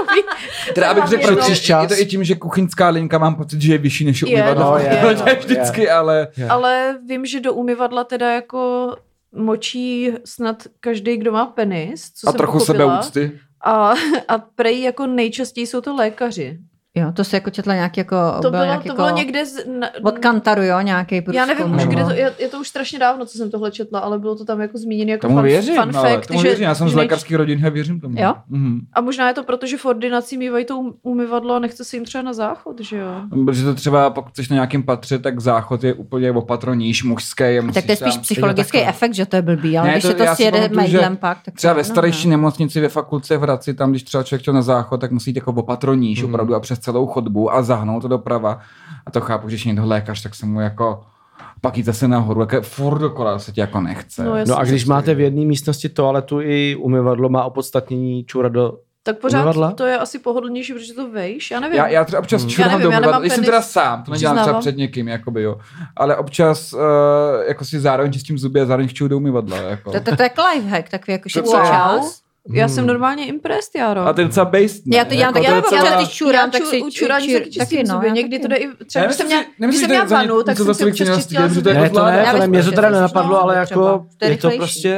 Teda abych řekl, je to i tím, že kuchyňská linka mám pocit, že je vyšší než umyvadlo. Vždycky, ale... Ale vím, že do umyvadla teda jako... močí snad každý, kdo má penis, co a jsem trochu pochopila. sebeúcty. A, a prej jako nejčastěji jsou to lékaři. Jo, to se jako četla nějaký jako... To bylo, nějak to jako bylo někde... Z, na, od Kantaru, jo, nějaký průzkum. Já nevím už, kde to, je, je to už strašně dávno, co jsem tohle četla, ale bylo to tam jako zmíněné jako tomu fun, věřím, fun ale fact. Tomu že, věřím, já jsem z nej... lékařských rodin a věřím tomu. Jo? Mhm. A možná je to proto, že v ordinaci mývají to umyvadlo a nechce se jim třeba na záchod, že jo? Protože to třeba, pokud jsi na nějakém patře, tak záchod je úplně opatronější, mužský. Tak to je spíš psychologický efekt, že to je blbý, ale když se to sjede mailem pak, tak třeba ve starejší nemocnici ve fakultce v Hradci, tam když třeba člověk chtěl na záchod, tak musí jít jako opatroníž opravdu a přes celou chodbu a zahnout to doprava. A to chápu, že když někdo lékař, tak se mu jako pak jít zase nahoru, jako furt dokola se ti jako nechce. No, no a když máte v jedné místnosti toaletu i umyvadlo, má opodstatnění čůrat do tak pořád umyvadla? To je asi pohodlnější, protože to vejš, já nevím. Já, já třeba občas hmm. čurám do umyvadla, když jsem teda sám, to nedělám třeba před někým, jakoby jo. Ale občas uh, jako si zároveň čistím zuby a zároveň chču do umyvadla. Jako. To, to, to je lifehack, takový jako šetří wow. čas. Já jsem normálně impressed, Jaro. A to je docela based, ne? Já to dělám, tak já občas, když čurám, tak si u čurání taky čistím zuby. Někdy to jde i třeba, když jsem měla vanu, tak jsem si občas čistila zuby. Ne, to ne, to mě to teda nenapadlo, ale jako je to prostě...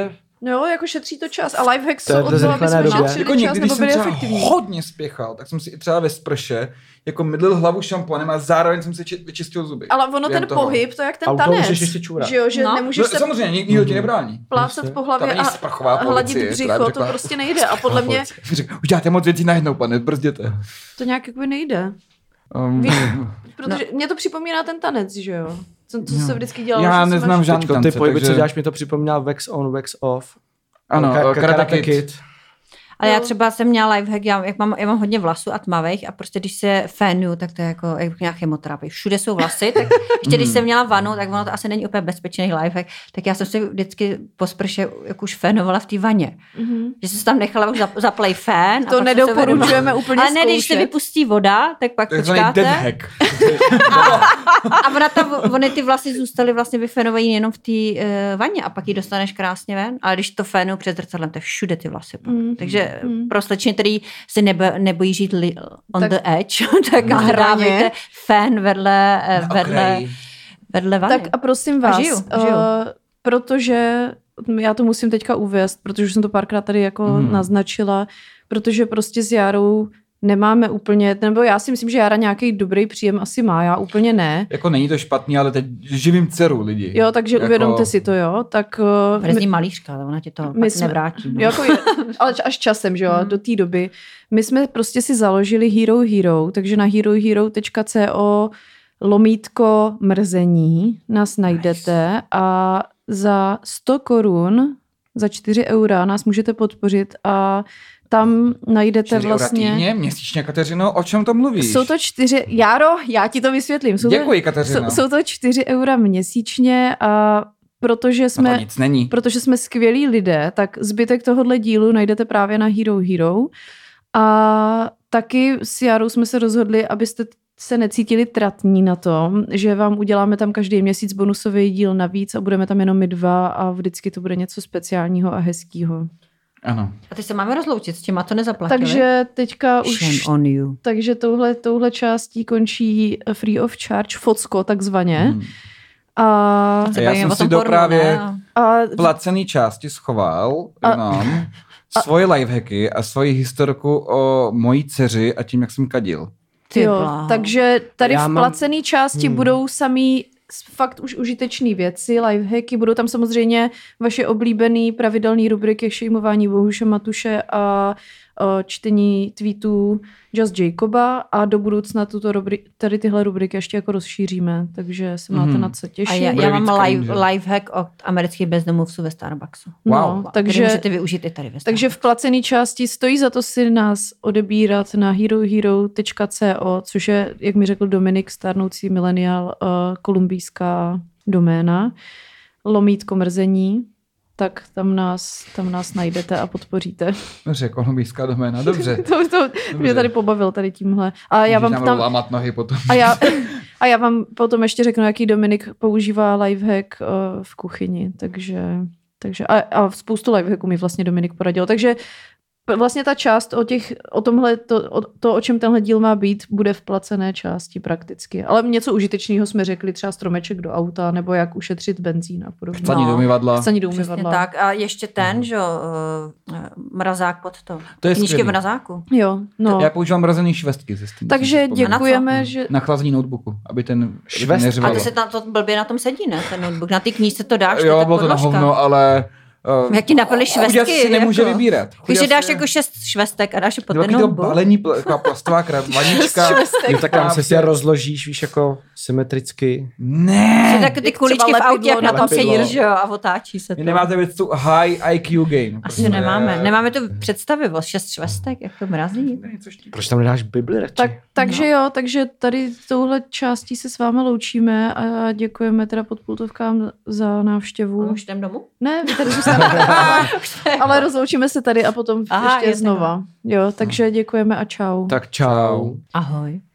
Jo, jako šetří to čas. A lifehack jsou To od je toho, aby jsme době. šetřili Jako čas, někdy, když nebo jsem byli třeba efektivní. hodně spěchal, tak jsem si i třeba ve sprše jako mydlil hlavu šamponem a zároveň jsem si či- vyčistil zuby. Ale ono Během ten toho. pohyb, to je jak A ten u toho tanec. můžeš ještě čůrat. Že jo, že No. nemůžeš No, se samozřejmě, nikdo ti nebrání. plácat po Tam hlavě není a sprchová hladit policie, která břicho, by to řekla, prostě nejde. A podle mě Říká, už děláte moc věcí najednou, pane, brzděte. to nějak jako nejde. Um, Víš, protože mě to připomíná ten tanec, že jo? Co, co se vždycky dělalo. Já že se neznám máš- žádný Teďko tance, ty pohyby, takže- co děláš, mi to připomíná wax on, wax off. Ano, Ka- ka- Karate Kid. Ale já Jo. třeba jsem měla lifehack, já, jak mám, já mám hodně vlasů a tmavých a prostě když se fénuju, tak to je jako, jak nějaká chemoterapie. Všude jsou vlasy, tak ještě když jsem měla vanu, tak ono to asi není úplně bezpečný lifehack, tak já jsem si vždycky po sprše jak už fénovala v té vaně. Mm-hmm. Že jsem se tam nechala už zap, zaplej fén. To nedoporučujeme úplně Ale ne, když se zkoušet. vypustí voda, tak pak Takzvaný počkáte. death hack. A ona ta, ony ty vlasy zůstaly vlastně vyfénovaný jenom v té uh, vaně a pak ji dostaneš krásně ven. Ale když to fénu před zrcadlem, to je všude ty vlasy. Mm. Takže mm. pro slečny, který se nebo, nebojí žít li, on Tak the edge, tak na dávejte hraně. fén vedle, eh, Na vedle, okraji. vedle vany. Tak a prosím vás, A žiju, uh, žiju. protože já to musím teďka uvést, protože už jsem to párkrát tady jako Hmm. naznačila, protože prostě s Járou nemáme úplně, nebo já si myslím, že Jára nějaký dobrý příjem asi má, já úplně ne. Jako není to špatný, ale teď živím dceru lidi. Jo, takže jako... uvědomte si to, jo. Tak, uh, Bude z ní malířka, ale ona ti to my pak jsme- nevrátí. No. Jo, jako je, ale až časem, že jo, Mm. do té doby. My jsme prostě si založili Hero Hero, takže na herohero tečka co lomítko mrzení nás najdete a za sto korun, za čtyři eura nás můžete podpořit a tam najdete čtyři eura vlastně... týdně, měsíčně, Kateřino, o čem to mluvíš? Jsou to čtyři... Járo, já ti to vysvětlím. Jsou Děkuji, to, Kateřino. jsou, jsou to čtyři eura měsíčně a protože No jsme... to nic není. protože jsme skvělí lidé, tak zbytek tohohle dílu najdete právě na Hero Hero. A taky s Jarou jsme se rozhodli, abyste se necítili tratní na tom, že vám uděláme tam každý měsíc bonusový díl navíc a budeme tam jenom my dva a vždycky to bude něco speciálního a hezkýho. Ano. A teď se máme rozloučit s těma, to nezaplatili. Takže teďka už... Shame on you. Takže touhle, touhle částí končí free of charge, focko takzvaně. Hmm. A, A já jsem si do právě a placený části schoval A- jenom svoje lifehacky a svoji historku o mojí dceři a tím, jak jsem kadil. Ty jo, bláho. takže tady Já v mám- placené části Hmm. budou samý fakt už užitečné věci, lifehacky, budou tam samozřejmě vaše oblíbené pravidelné rubriky šejmování Bohuše Matuše a o, čtení tweetů Just Jacoba a do budoucna tuto rubri- tady tyhle rubriky ještě jako rozšíříme, takže se máte Mhm. na co A těšit. já, Bude já víc mám screen, live, že? lifehack od amerických bezdomovců ve Starbucksu. Wow. No, Takže takže, můžete využít i tady ve takže v placené části stojí za to si nás odebírat na herohero tečka co, což je, jak mi řekl Dominik, stárnoucí mileniál, uh, kolumbijská doména, lomítko mrzení, tak tam nás, tam nás najdete a podpoříte. Dobře, kolumbijská doména, dobře. to, to mě tady pobavil tady tímhle. A já Můžeš vám nám tam... lámat nohy potom. A já, a já vám potom ještě řeknu, jaký Dominik používá lifehack uh, v kuchyni, takže, takže a, a spoustu lifehacků mi vlastně Dominik poradil, takže vlastně ta část o, těch, o tomhle, to o, to, o čem tenhle díl má být, bude v placené části prakticky. Ale něco užitečného jsme řekli, třeba stromeček do auta, nebo jak ušetřit benzín a podobně. Chcení No. do umyvadla. Chcení do Přesně umyvadla. tak. A ještě ten, že jo, uh, mrazák pod to. To je Knížky skvělý. v mrazáku. Jo, no. Já používám mrazený švestky. ze Steamu, Takže jsem si vzpomněl. děkujeme, že... Na chlazení notebooku, aby ten, aby ten Švestky? A neřvalo. to se na to blbě na tom sedí, ne? Ten notebook. Na ty knížce to dáš, Jo, to bylo to na hovno, ale... Uh, Jak ti napili švestky, Chudě si nemůže jako. vybírat. Chudě Takže dáš si- jako šest švestek a dáš je pod ten Takový to notebook. balení, pl- taková plastová kra- vanička. Jo, tak tam se si je rozložíš, víš, jako symetricky. Ne! Tak ty Jak kuličky třeba v autě, jak lepidlo na na tom lepidlo. sedíš, že jo, a otáčí se to. Vy nemáte věc tu high I Q game. Asi nemáme. Nemáme tu představivost, šest švestek, jak to mrazí. Proč tam nedáš Bibli radši? Tak, takže jo, takže tady touhle částí se s vámi loučíme a děkujeme teda podpultovkám za návštěvu. Už jdem domů? Ne, vy tady zůstanete. Ale rozloučíme se tady a potom Aha, ještě je znova. Jo, takže děkujeme a čau. Tak čau. Ahoj.